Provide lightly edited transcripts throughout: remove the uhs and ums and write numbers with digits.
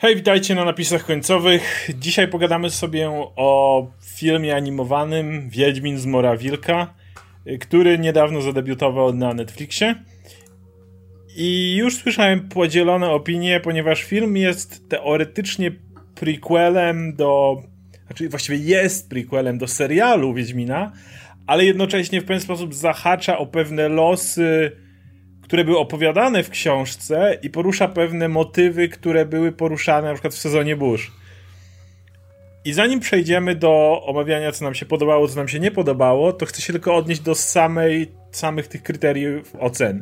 Hej, witajcie na napisach końcowych. Dzisiaj pogadamy sobie o filmie animowanym Wiedźmin Zmora Wilka, który niedawno zadebiutował na Netflixie. I już słyszałem podzielone opinie, ponieważ film jest teoretycznie prequelem znaczy właściwie jest prequelem do serialu Wiedźmina, ale jednocześnie w pewien sposób zahacza o pewne losy, które były opowiadane w książce i porusza pewne motywy, które były poruszane na przykład w sezonie burz. I zanim przejdziemy do omawiania, co nam się podobało, co nam się nie podobało, to chcę się tylko odnieść do samych tych kryteriów ocen.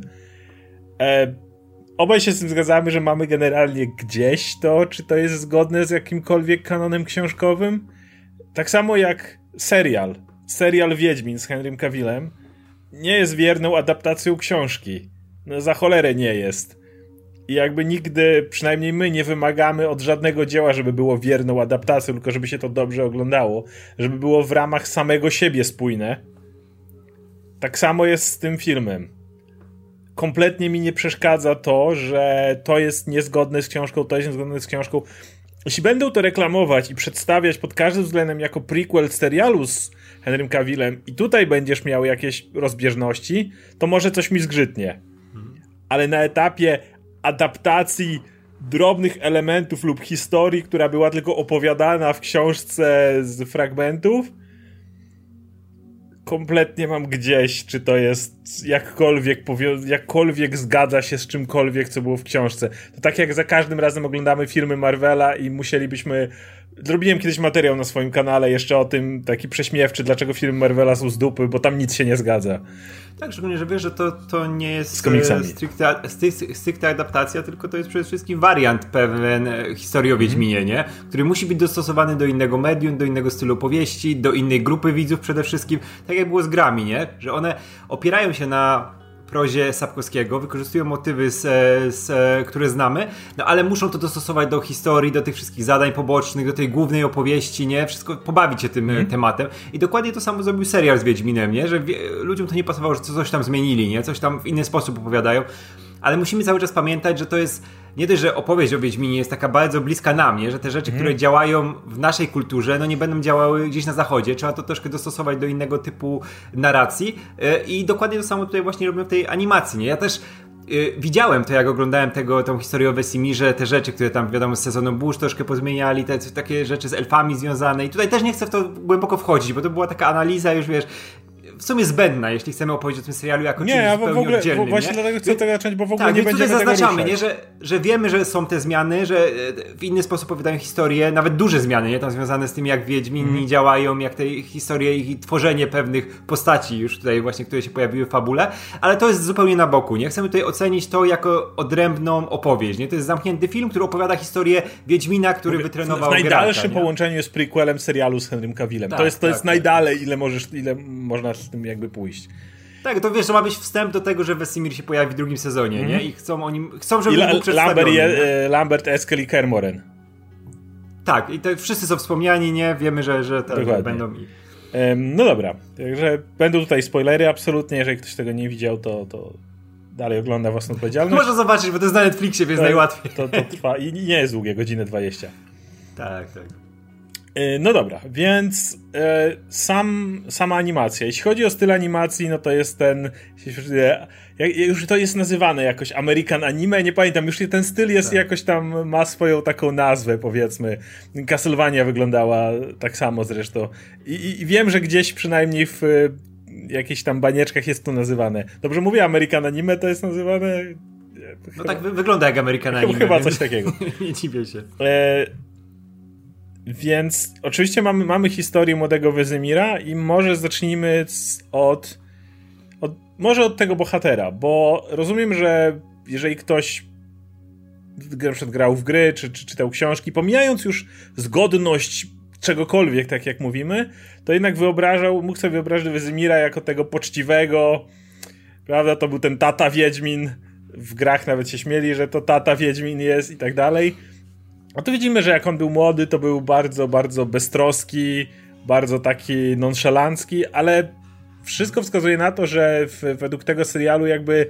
Obaj się z tym zgadzamy, że mamy generalnie gdzieś to, czy to jest zgodne z jakimkolwiek kanonem książkowym. Tak samo jak serial Wiedźmin z Henrym Cavillem nie jest wierną adaptacją książki. No za cholerę nie jest. I jakby nigdy, przynajmniej my, nie wymagamy od żadnego dzieła, żeby było wierną adaptacją, tylko żeby się to dobrze oglądało. Żeby było w ramach samego siebie spójne. Tak samo jest z tym filmem. Kompletnie mi nie przeszkadza to, że to jest niezgodne z książką, to jest niezgodne z książką. Jeśli będą to reklamować i przedstawiać pod każdym względem jako prequel serialu z Henrym Cavillem i tutaj będziesz miał jakieś rozbieżności, to może coś mi zgrzytnie. Ale na etapie adaptacji drobnych elementów lub historii, która była tylko opowiadana w książce z fragmentów, kompletnie mam gdzieś, czy to jest jakkolwiek zgadza się z czymkolwiek, co było w książce. To tak jak za każdym razem oglądamy filmy Marvela i musielibyśmy... Zrobiłem kiedyś materiał na swoim kanale jeszcze o tym, taki prześmiewczy, dlaczego filmy Marvela są z dupy, bo tam nic się nie zgadza. Tak, szczególnie, że wiesz, że to nie jest stricte adaptacja, tylko to jest przede wszystkim wariant pewien historii o Wiedźminie, nie? Który musi być dostosowany do innego medium, do innego stylu opowieści, do innej grupy widzów przede wszystkim. Tak jak było z grami, nie? Że one opierają się na prozie Sapkowskiego, wykorzystują motywy, które znamy, no ale muszą to dostosować do historii, do tych wszystkich zadań pobocznych, do tej głównej opowieści, nie? Wszystko pobawić się tym tematem. I dokładnie to samo zrobił serial z Wiedźminem, nie? Że ludziom to nie pasowało, że coś tam zmienili, nie? Coś tam w inny sposób opowiadają. Ale musimy cały czas pamiętać, że to jest nie dość, że opowieść o Wiedźminie jest taka bardzo bliska nam, nie? Że te rzeczy, które działają w naszej kulturze, no nie będą działały gdzieś na zachodzie. Trzeba to troszkę dostosować do innego typu narracji. I dokładnie to samo tutaj właśnie robią w tej animacji, nie? Ja też widziałem to, jak oglądałem tą historię o Wesimirze, te rzeczy, które tam, wiadomo, z sezonu burz troszkę pozmieniali, takie rzeczy z elfami związane. I tutaj też nie chcę w to głęboko wchodzić, bo to była taka analiza już, wiesz, w sumie zbędna, jeśli chcemy opowiedzieć o tym serialu jako czymś zupełnie oddzielnym. Właśnie nie? Dlatego chcę tego zacząć, bo w ogóle tak, nie będziemy tutaj zaznaczamy, tego nie? Że wiemy, że są te zmiany, że w inny sposób opowiadają historię, nawet duże zmiany, nie? Tam związane z tym, jak Wiedźmini działają, jak te historie i tworzenie pewnych postaci już tutaj właśnie, które się pojawiły w fabule, ale to jest zupełnie na boku, nie? Chcemy tutaj ocenić to jako odrębną opowieść, nie? To jest zamknięty film, który opowiada historię Wiedźmina, który wytrenował w najdalszym Geralta, połączeniu jest prequelem serialu z Henrym Cavillem. Tak, to jest najdalej, ile można z tym jakby pójść. Tak, to wiesz, że ma być wstęp do tego, że Wesemir się pojawi w drugim sezonie, nie? I chcą, żeby był przedstawiony. Lambert, Eskel i Kermoren. Tak, i to wszyscy są wspomniani, nie? Wiemy, że będą... No dobra, także będą tutaj spoilery absolutnie, jeżeli ktoś tego nie widział, to dalej ogląda własną odpowiedzialność. Można zobaczyć, bo to jest na Netflixie, więc najłatwiej. To trwa i nie jest długie, godzinę 20. Tak. No dobra, więc sama animacja. Jeśli chodzi o styl animacji, no to jest już to jest nazywane jakoś American Anime, nie pamiętam, już ten styl jest jakoś tam, ma swoją taką nazwę, powiedzmy. Castlevania wyglądała tak samo zresztą. I wiem, że gdzieś przynajmniej w jakichś tam banieczkach jest to nazywane. Dobrze mówię, American Anime to jest nazywane? No tak wygląda jak American Anime. Chyba coś takiego. Nie dziwię się. Więc oczywiście mamy historię młodego Wesemira i może zacznijmy od tego bohatera, bo rozumiem, że jeżeli ktoś na przykład grał w gry, czy czytał książki, pomijając już zgodność czegokolwiek, tak jak mówimy, to jednak mógł sobie wyobrazić Wesemira jako tego poczciwego, prawda, to był ten tata Wiedźmin, w grach nawet się śmieli, że to tata Wiedźmin jest i tak dalej. A tu widzimy, że jak on był młody, to był bardzo, bardzo beztroski, bardzo taki nonszalancki, ale wszystko wskazuje na to, że według tego serialu jakby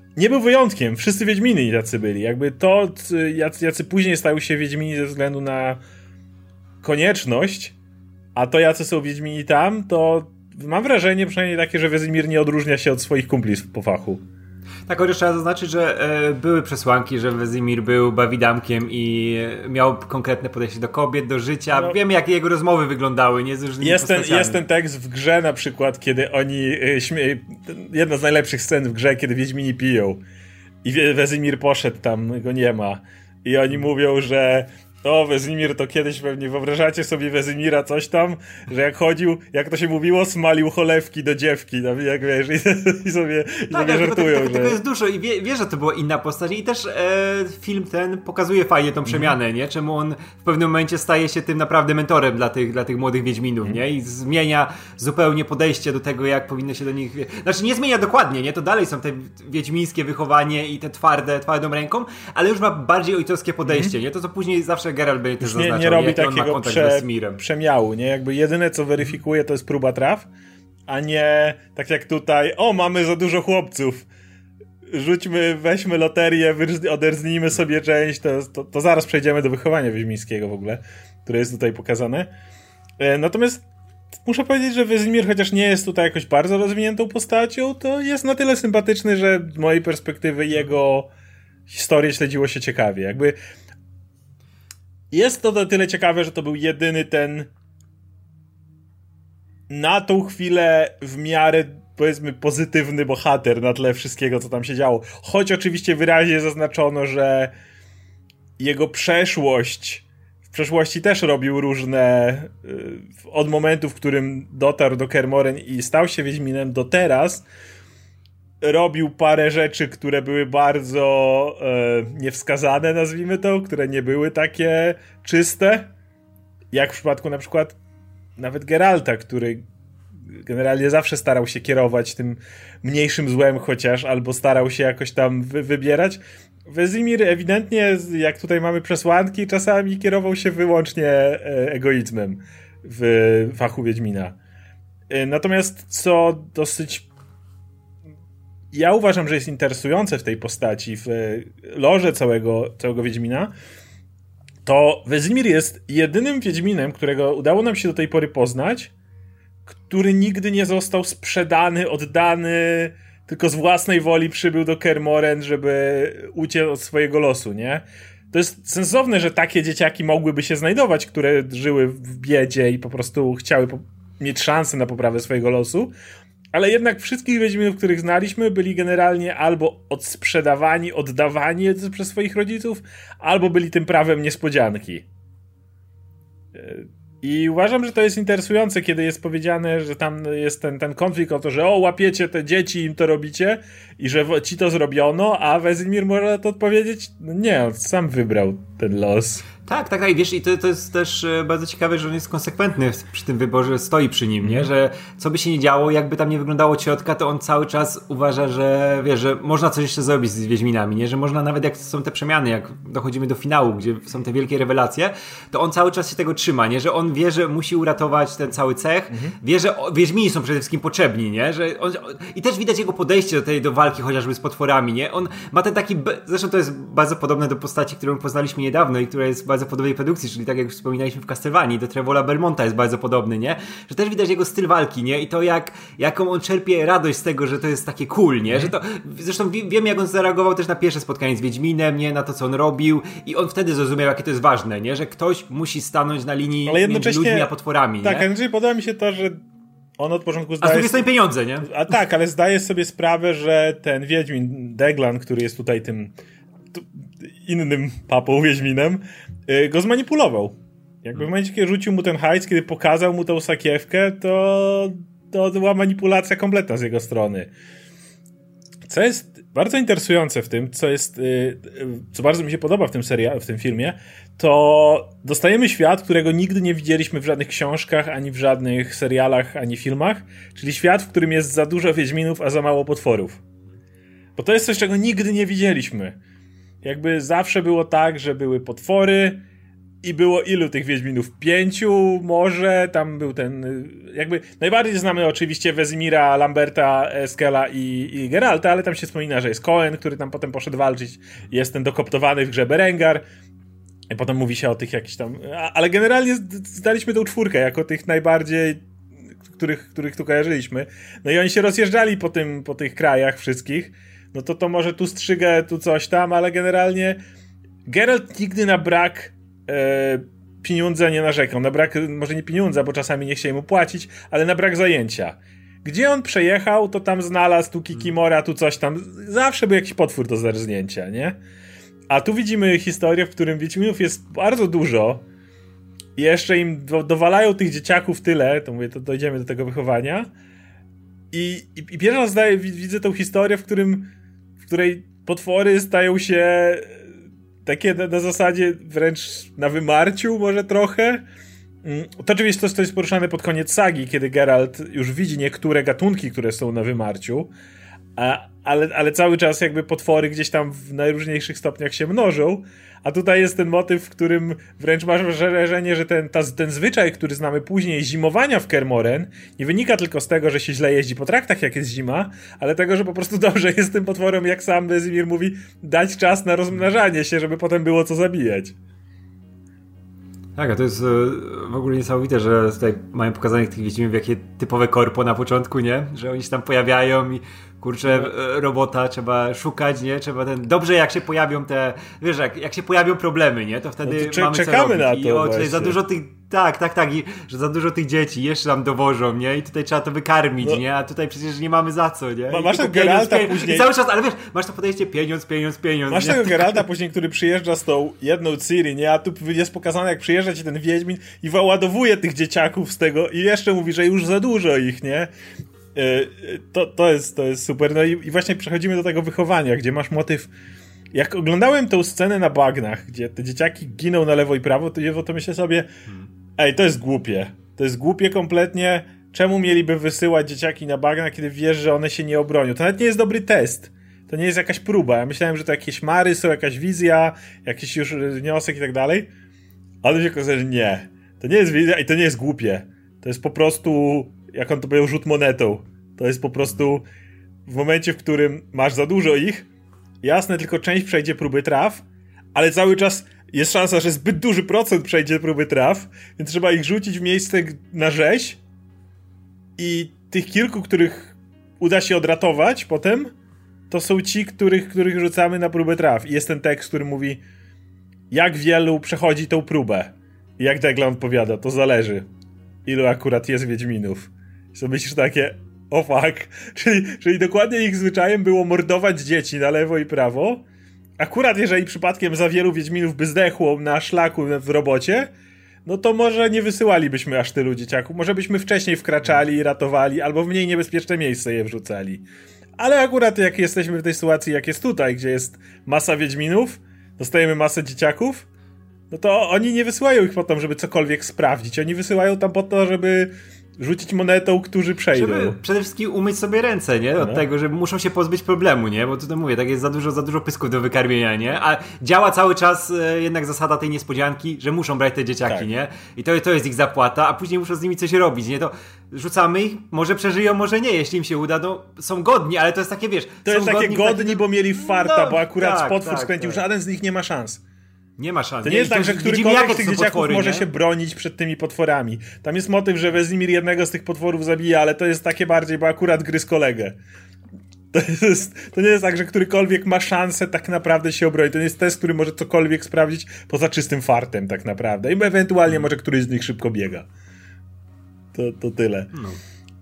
nie był wyjątkiem. Wszyscy Wiedźmini tacy byli. Jakby to, jacy później stały się Wiedźmini ze względu na konieczność, a to jacy są Wiedźmini tam, to mam wrażenie przynajmniej takie, że Wesemir nie odróżnia się od swoich kumpli po fachu. Tak, chociaż trzeba zaznaczyć, że były przesłanki, że Wesemir był bawidamkiem i miał konkretne podejście do kobiet, do życia. No. Wiemy, jak jego rozmowy wyglądały, nie z różnymi postaciami. Jest ten tekst w grze na przykład, kiedy oni jedna z najlepszych scen w grze, kiedy Wiedźmini piją i Wesemir poszedł tam, go nie ma. I oni mówią, że Wesemir to kiedyś pewnie, wyobrażacie sobie Wesemira coś tam, że jak chodził, jak to się mówiło, smalił cholewki do dziewki, no, jak wiesz, i sobie żartują. Tego jest dużo i wiesz, że to była inna postać i też film ten pokazuje fajnie tą przemianę, nie? Czemu on w pewnym momencie staje się tym naprawdę mentorem dla tych młodych Wiedźminów, nie? I zmienia zupełnie podejście do tego, jak powinno się do nich... Znaczy nie zmienia dokładnie, nie? To dalej są te wiedźmińskie wychowanie i te twardą ręką, ale już ma bardziej ojcowskie podejście, nie? To co później zawsze Geralt będzie też zaznaczał, nie robi takiego przemiału, nie? Jakby jedyne co weryfikuje to jest próba traf, a nie tak jak tutaj, mamy za dużo chłopców, weźmy loterię, oderznijmy sobie część, to zaraz przejdziemy do wychowania wiedźmińskiego w ogóle, które jest tutaj pokazane. Natomiast muszę powiedzieć, że Wesemir, chociaż nie jest tutaj jakoś bardzo rozwiniętą postacią, to jest na tyle sympatyczny, że z mojej perspektywy jego historię śledziło się ciekawie. Jakby jest to na tyle ciekawe, że to był jedyny ten na tą chwilę w miarę, powiedzmy, pozytywny bohater na tle wszystkiego, co tam się działo. Choć oczywiście wyraźnie zaznaczono, że jego przeszłość w przeszłości też robił różne od momentu, w którym dotarł do Kaer Morhen i stał się Wiedźminem do teraz robił parę rzeczy, które były bardzo niewskazane, nazwijmy to, które nie były takie czyste, jak w przypadku na przykład nawet Geralta, który generalnie zawsze starał się kierować tym mniejszym złem chociaż, albo starał się jakoś tam wybierać. Wesemir ewidentnie, jak tutaj mamy przesłanki, czasami kierował się wyłącznie egoizmem w fachu Wiedźmina. Natomiast co dosyć ja uważam, że jest interesujące w tej postaci, w lorze całego Wiedźmina, to Wesemir jest jedynym Wiedźminem, którego udało nam się do tej pory poznać, który nigdy nie został sprzedany, oddany, tylko z własnej woli przybył do Kaer Morhen, żeby uciec od swojego losu, nie? To jest sensowne, że takie dzieciaki mogłyby się znajdować, które żyły w biedzie i po prostu chciały mieć szansę na poprawę swojego losu, ale jednak wszystkich Wiedźminów, których znaliśmy, byli generalnie albo odsprzedawani, oddawani przez swoich rodziców, albo byli tym prawem niespodzianki. I uważam, że to jest interesujące, kiedy jest powiedziane, że tam jest ten konflikt o to, że łapiecie te dzieci, im to robicie i że ci to zrobiono, a Wesemir może na to odpowiedzieć, no nie, on sam wybrał ten los. Tak, wiesz, i to jest też bardzo ciekawe, że on jest konsekwentny przy tym wyborze, stoi przy nim, nie? Że co by się nie działo, jakby tam nie wyglądało ciotka, to on cały czas uważa, że wiesz, że można coś jeszcze zrobić z Wiedźminami, nie? Że można nawet jak są te przemiany, jak dochodzimy do finału, gdzie są te wielkie rewelacje, to on cały czas się tego trzyma, nie? Że on wie, że musi uratować ten cały cech, wie, że Wiedźmini są przede wszystkim potrzebni, nie? Że i też widać jego podejście do walki chociażby z potworami, nie? On ma ten taki, zresztą to jest bardzo podobne do postaci, którą poznaliśmy niedawno i która jest bardzo podobnej produkcji, czyli tak jak wspominaliśmy w Castlevanii, do Trevola Belmonta jest bardzo podobny, nie? Że też widać jego styl walki, nie? I to jaką on czerpie radość z tego, że to jest takie cool, nie? Że to, zresztą wiemy, jak on zareagował też na pierwsze spotkanie z Wiedźminem, nie? Na to, co on robił i on wtedy zrozumiał, jakie to jest ważne, nie? Że ktoś musi stanąć na linii między ludźmi a potworami, tak, nie? Tak, podoba mi się to, że on od początku zdaje... A z drugiej strony pieniądze, nie? A tak, ale zdaje sobie sprawę, że ten Wiedźmin, Deglan, który jest tutaj tym innym papą Wiedźminem, go zmanipulował. Jakby w momencie, kiedy rzucił mu ten hajs, kiedy pokazał mu tą sakiewkę, to była manipulacja kompletna z jego strony. Co jest bardzo interesujące w tym, co bardzo mi się podoba w tym filmie, to dostajemy świat, którego nigdy nie widzieliśmy w żadnych książkach, ani w żadnych serialach, ani filmach, czyli świat, w którym jest za dużo Wiedźminów, a za mało potworów. Bo to jest coś, czego nigdy nie widzieliśmy. Jakby zawsze było tak, że były potwory, I było ilu tych Wiedźminów? 5 może, tam był ten, jakby najbardziej znamy oczywiście Wezimira, Lamberta, Skella i Geralta, ale tam się wspomina, że jest Cohen, który tam potem poszedł walczyć, jest ten dokoptowany w grze Berengar, i potem mówi się o tych jakichś tam, ale generalnie zdaliśmy tą 4 jako tych najbardziej, których tu kojarzyliśmy, no i oni się rozjeżdżali po tych krajach wszystkich, no to może tu Strzygę, tu coś tam, ale generalnie Geralt nigdy na brak pieniądza nie narzekał. Na brak, może nie pieniądza, bo czasami nie chcieli mu płacić, ale na brak zajęcia. Gdzie on przejechał, to tam znalazł, tu Kikimora, tu coś tam. Zawsze był jakiś potwór do zerznięcia, nie? A tu widzimy historię, w którym Wiedźminów jest bardzo dużo i jeszcze im dowalają tych dzieciaków tyle, to mówię, to dojdziemy do tego wychowania. I pierwszy raz widzę tą historię, w której potwory stają się takie na zasadzie wręcz na wymarciu może trochę. To oczywiście to jest poruszane pod koniec sagi, kiedy Geralt już widzi niektóre gatunki, które są na wymarciu, ale cały czas jakby potwory gdzieś tam w najróżniejszych stopniach się mnożą, a tutaj jest ten motyw, w którym wręcz masz wrażenie, że ten zwyczaj, który znamy później, zimowania w Kermoren, nie wynika tylko z tego, że się źle jeździ po traktach, jak jest zima, ale tego, że po prostu dobrze jest tym potworom, jak sam Wesemir mówi, dać czas na rozmnażanie się, żeby potem było co zabijać. Tak, a to jest w ogóle niesamowite, że tutaj mają pokazanych tych Wiedźminów jakie typowe korpo na początku, nie? Że oni się tam pojawiają i kurczę, robota trzeba szukać, nie? Trzeba dobrze jak się pojawią wiesz, jak się pojawią problemy, nie? To wtedy no to mamy czekamy co robić. na to tutaj za dużo tych, tak, i że za dużo tych dzieci jeszcze nam dowożą, nie? I tutaj trzeba to wykarmić, nie? A tutaj przecież nie mamy za co, nie? Masz tego Geralta później... I cały czas, ale wiesz, masz to podejście pieniądz. Masz nie? tego Geralta później, który przyjeżdża z tą jedną Ciri, nie? A tu jest pokazane, jak przyjeżdża ci ten Wiedźmin i wyładowuje tych dzieciaków z tego i jeszcze mówi, że już za dużo ich, nie? To jest super. No i właśnie przechodzimy do tego wychowania, gdzie masz motyw. Jak oglądałem tą scenę na bagnach, gdzie te dzieciaki giną na lewo i prawo, to myślę sobie, to jest głupie. To jest głupie kompletnie. Czemu mieliby wysyłać dzieciaki na bagnach, kiedy wiesz, że one się nie obronią? To nawet nie jest dobry test. To nie jest jakaś próba. Ja myślałem, że to jakieś mary są, jakaś wizja, jakiś już wniosek i tak dalej. Ale się okazało, że nie. To nie jest wizja i to nie jest głupie. To jest po prostu, jak on to powiedział, rzut monetą. To jest po prostu w momencie, w którym masz za dużo ich, jasne, tylko część przejdzie próby traf, ale cały czas jest szansa, że zbyt duży procent przejdzie próby traf, więc trzeba ich rzucić w miejsce na rzeź i tych kilku, których uda się odratować potem, to są ci, których rzucamy na próbę traf. I jest ten tekst, który mówi, jak wielu przechodzi tą próbę. I jak Degla odpowiada, to zależy, ilu akurat jest Wiedźminów. I sobie myślisz takie, o fuck. Czyli dokładnie ich zwyczajem było mordować dzieci na lewo i prawo. Akurat jeżeli przypadkiem za wielu Wiedźminów by zdechło na szlaku w robocie, no to może nie wysyłalibyśmy aż tylu dzieciaków. Może byśmy wcześniej wkraczali i ratowali, albo w mniej niebezpieczne miejsce je wrzucali. Ale akurat jak jesteśmy w tej sytuacji, jak jest tutaj, gdzie jest masa Wiedźminów, dostajemy masę dzieciaków, no to oni nie wysyłają ich po to, żeby cokolwiek sprawdzić. Oni wysyłają tam po to, żeby rzucić monetą, którzy przejdą. Żeby przede wszystkim umyć sobie ręce, nie? Od tego, że muszą się pozbyć problemu, nie? Bo tutaj mówię, tak jest za dużo pysków do wykarmienia, nie? A działa cały czas jednak zasada tej niespodzianki, że muszą brać te dzieciaki, tak, nie? I to jest ich zapłata, a później muszą z nimi coś robić, nie? To rzucamy ich, może przeżyją, może nie, jeśli im się uda, no są godni, ale to jest takie, wiesz... To jest takie godni, bo mieli farta, bo akurat potwór skręcił, żaden z nich nie ma szans. Nie ma szans. To nie jest tak, że którykolwiek z tych dzieciaków może się bronić przed tymi potworami. Tam jest motyw, że Wesemir jednego z tych potworów zabija, ale to jest takie bardziej, bo akurat gryzł kolegę. To nie jest tak, że którykolwiek ma szansę tak naprawdę się obronić. To nie jest test, który może cokolwiek sprawdzić poza czystym fartem tak naprawdę. I ewentualnie może któryś z nich szybko biega. To tyle. No.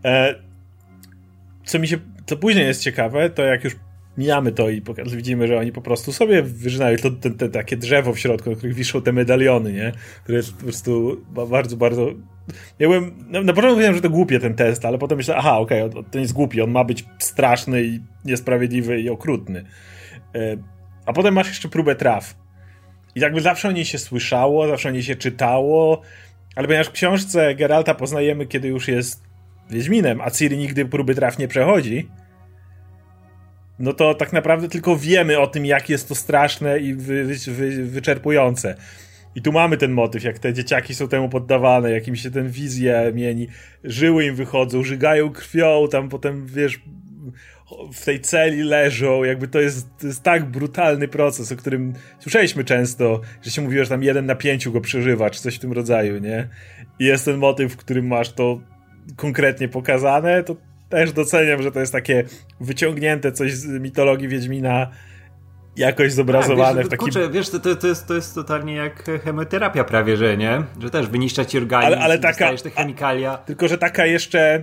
Co później jest ciekawe, to jak już mijamy to i widzimy, że oni po prostu sobie wyżynają te takie drzewo w środku, na których wiszą te medaliony, nie? Które jest po prostu bardzo, bardzo... Ja byłem... Na początku powiedziałem, że to głupie ten test, ale potem myślałem, to nie jest głupi, on ma być straszny i niesprawiedliwy i okrutny. A potem masz jeszcze próbę traf. I jakby zawsze o niej się słyszało, zawsze o niej się czytało, ale ponieważ w książce Geralta poznajemy, kiedy już jest Wiedźminem, a Ciri nigdy próby traf nie przechodzi, no to tak naprawdę tylko wiemy o tym, jak jest to straszne i wyczerpujące. I tu mamy ten motyw, jak te dzieciaki są temu poddawane, jak im się ten wizja mieni, żyły im wychodzą, żygają krwią, tam potem, wiesz, w tej celi leżą, jakby to jest tak brutalny proces, o którym słyszeliśmy często, że się mówiło, że tam 1 na 5 go przeżywa, czy coś w tym rodzaju, nie? I jest ten motyw, w którym masz to konkretnie pokazane, to też doceniam, że to jest takie wyciągnięte coś z mitologii Wiedźmina, jakoś zobrazowane w takim... Kurczę, wiesz, to jest totalnie jak chemioterapia prawie, że nie? Że też wyniszcza ci organizm, ale dostajesz te chemikalia. Tylko, że taka jeszcze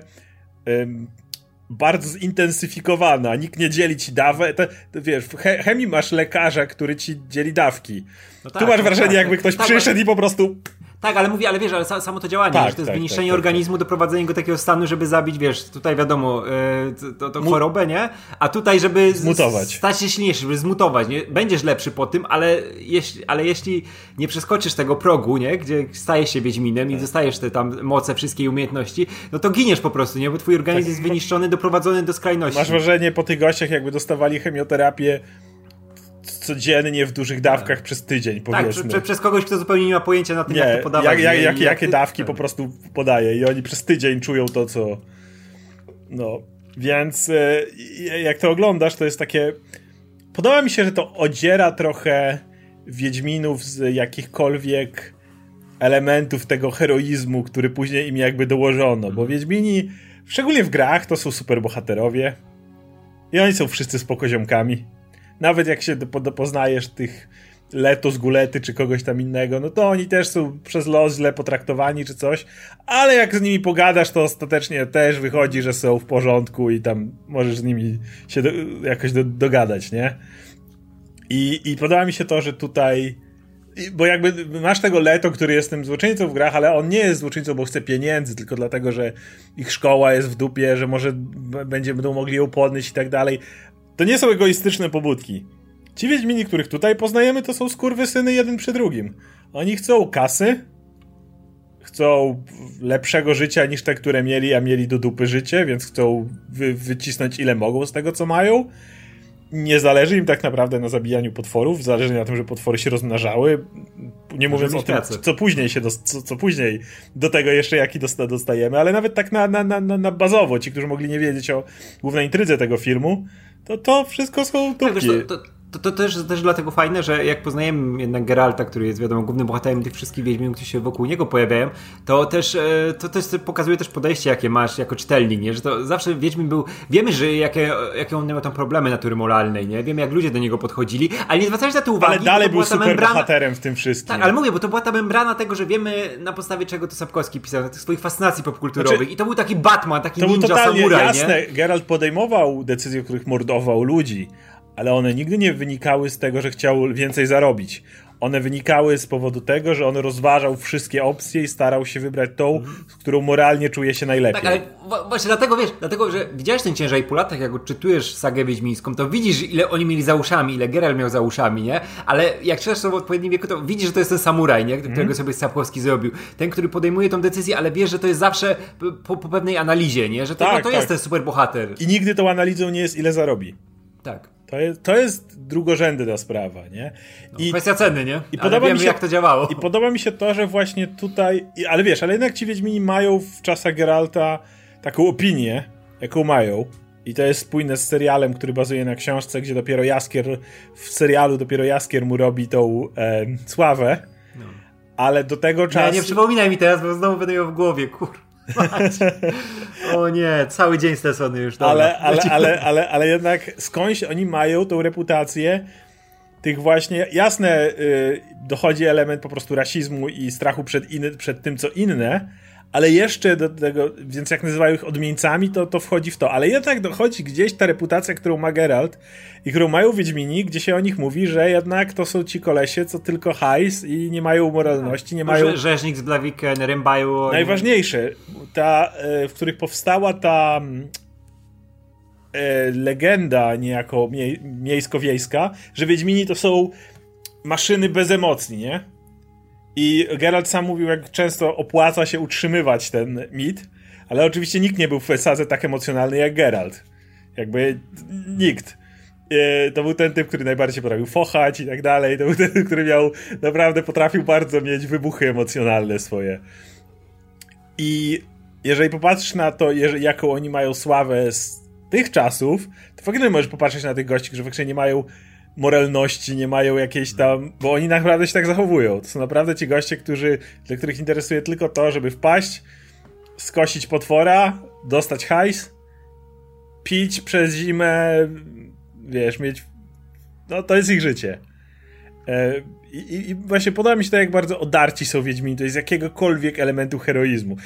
bardzo zintensyfikowana. Nikt nie dzieli ci dawek. Wiesz, w chemii masz lekarza, który ci dzieli dawki. No tak, tu masz wrażenie, jakby ktoś przyszedł i po prostu... Tak, ale mówię, ale wiesz, ale samo to działanie, że to jest wyniszczenie organizmu, doprowadzenie go do takiego stanu, żeby zabić, wiesz, tutaj wiadomo, to chorobę, nie? A tutaj, żeby zmutować. Stać się silniejszy, żeby zmutować, nie? Będziesz lepszy po tym, ale jeśli nie przeskoczysz tego progu, nie? Gdzie stajesz się Wiedźminem i dostajesz te tam moce, wszystkie umiejętności, no to giniesz po prostu, nie? Bo twój organizm jest wyniszczony, doprowadzony do skrajności. Masz wrażenie po tych gościach, jakby dostawali chemioterapię codziennie w dużych dawkach przez tydzień, powiedzmy. Tak, przez kogoś, kto zupełnie nie ma pojęcia na tym, jak to podawać. Jakie dawki po prostu podaje i oni przez tydzień czują to, co... No, więc jak to oglądasz, to jest takie... Podoba mi się, że to odziera trochę Wiedźminów z jakichkolwiek elementów tego heroizmu, który później im jakby dołożono, bo Wiedźmini, szczególnie w grach, to są superbohaterowie i oni są wszyscy spokoziomkami. Nawet jak się poznajesz tych Leto z Gulety czy kogoś tam innego, no to oni też są przez los źle potraktowani czy coś, ale jak z nimi pogadasz, to ostatecznie też wychodzi, że są w porządku i tam możesz z nimi się jakoś dogadać, nie? I podoba mi się to, że tutaj, bo jakby masz tego Leto, który jest tym złoczyńcą w grach, ale on nie jest złoczyńcą, bo chce pieniędzy, tylko dlatego, że ich szkoła jest w dupie, że może będą mogli ją podnieść i tak dalej. To nie są egoistyczne pobudki. Ci Wiedźmini, których tutaj poznajemy, to są skurwysyny jeden przy drugim. Oni chcą kasy, chcą lepszego życia niż te, które mieli, a mieli do dupy życie, więc chcą wycisnąć ile mogą z tego, co mają. Nie zależy im tak naprawdę na zabijaniu potworów, zależy na tym, że potwory się rozmnażały. Nie mówiąc o tym, co później do tego jeszcze jaki dostajemy, ale nawet tak na bazowo, ci, którzy mogli nie wiedzieć o głównej intrydze tego filmu, to wszystko są dupki. To też dlatego fajne, że jak poznajemy jednak Geralta, który jest wiadomo głównym bohaterem tych wszystkich Wiedźminów, którzy się wokół niego pojawiają, to też pokazuje też podejście, jakie masz jako czytelnik, nie? Że to zawsze Wiedźmin był, wiemy, że jakie on miał tam problemy natury moralnej, nie? Wiemy, jak ludzie do niego podchodzili, ale nie zwracałeś na to uwagi. Ale dalej był super bohaterem w tym wszystkim. Tak, ale mówię, bo to była ta membrana tego, że wiemy na podstawie czego to Sapkowski pisał, na tych swoich fascynacji popkulturowych i to był taki Batman, taki ninja, samuraj, nie? To było jasne, Geralt podejmował decyzje, w których mordował ludzi, ale one nigdy nie wynikały z tego, że chciał więcej zarobić. One wynikały z powodu tego, że on rozważał wszystkie opcje i starał się wybrać tą, z którą moralnie czuje się najlepiej. Tak, ale właśnie dlatego, że widziałeś ten ciężar i po latach, jak odczytujesz sagę wiedźmińską, to widzisz, ile oni mieli za uszami, ile Geralt miał za uszami, nie? Ale jak czytasz to w odpowiednim wieku, to widzisz, że to jest ten samuraj, nie? Którego sobie Sapkowski zrobił. Ten, który podejmuje tą decyzję, ale wiesz, że to jest zawsze po pewnej analizie, nie? Że to jest ten superbohater. I nigdy tą analizą nie jest, ile zarobi. Tak. To jest drugorzędna sprawa, nie? Kwestia ceny, nie? I podoba mi się, jak to działało. I podoba mi się to, że właśnie tutaj... Ale wiesz, ale jednak ci Wiedźmini mają w czasach Geralta taką opinię, jaką mają. I to jest spójne z serialem, który bazuje na książce, gdzie dopiero Jaskier mu robi tą sławę. No. Ale do tego czasu... Nie przypominaj mi teraz, bo znowu będę ją w głowie, O nie, cały dzień stresony już. Ale jednak skądś oni mają tą reputację tych właśnie, jasne, dochodzi element po prostu rasizmu i strachu przed tym, co inne, ale jeszcze do tego, więc jak nazywają ich odmieńcami, to wchodzi w to. Ale jednak dochodzi gdzieś ta reputacja, którą ma Geralt i którą mają Wiedźmini, gdzie się o nich mówi, że jednak to są ci kolesie, co tylko hajs i nie mają moralności, nie mają... Rzeźnik z Blaviken, Rembaju... Najważniejsze, w których powstała ta legenda niejako miejsko-wiejska, że Wiedźmini to są maszyny bez emocji, nie? I Geralt sam mówił, jak często opłaca się utrzymywać ten mit, ale oczywiście nikt nie był w sadze tak emocjonalny jak Geralt. Jakby nikt. To był ten typ, który najbardziej potrafił fochać i tak dalej. To był ten typ, który naprawdę potrafił bardzo mieć wybuchy emocjonalne swoje. I jeżeli popatrzysz na to, jaką oni mają sławę z tych czasów, to faktycznie możesz popatrzeć na tych gości, którzy faktycznie nie mają moralności, nie mają jakiejś tam... Bo oni naprawdę się tak zachowują. To są naprawdę ci goście, dla których interesuje tylko to, żeby wpaść, skosić potwora, dostać hajs, pić przez zimę, wiesz, mieć... No to jest ich życie. I właśnie podoba mi się to, jak bardzo odarci są Wiedźmini, to jest jakiegokolwiek elementu heroizmu.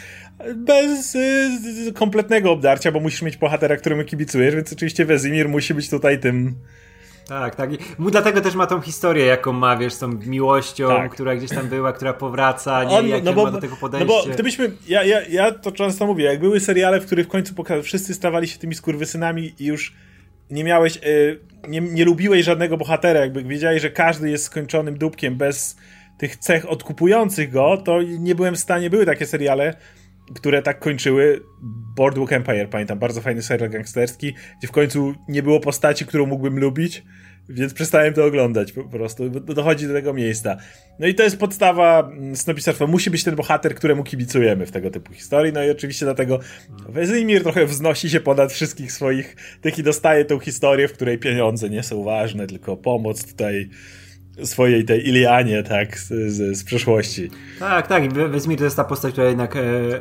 Bez kompletnego obdarcia, bo musisz mieć bohatera, któremu kibicujesz, więc oczywiście Wesemir musi być tutaj tym... Tak. Dlatego też ma tą historię, jaką ma, wiesz, z tą miłością, tak, która gdzieś tam była, która powraca, jakie ma do tego podejście. No bo gdybyśmy, ja to często mówię, jak były seriale, w których w końcu wszyscy stawali się tymi skurwysynami i już nie miałeś, nie lubiłeś żadnego bohatera, jakby wiedziałeś, że każdy jest skończonym dupkiem bez tych cech odkupujących go, to nie byłem w stanie, były takie seriale, które tak kończyły. Boardwalk Empire, pamiętam, bardzo fajny serial gangsterski, gdzie w końcu nie było postaci, którą mógłbym lubić, więc przestałem to oglądać po prostu, bo dochodzi do tego miejsca. No i to jest podstawa snopisarstwa. Musi być ten bohater, któremu kibicujemy w tego typu historii, no i oczywiście dlatego Wesemir trochę wznosi się ponad wszystkich swoich tych i dostaje tą historię, w której pieniądze nie są ważne, tylko pomoc tutaj swojej tej Ilianie, tak, z przeszłości. Tak, i Wesemir to jest ta postać, która jednak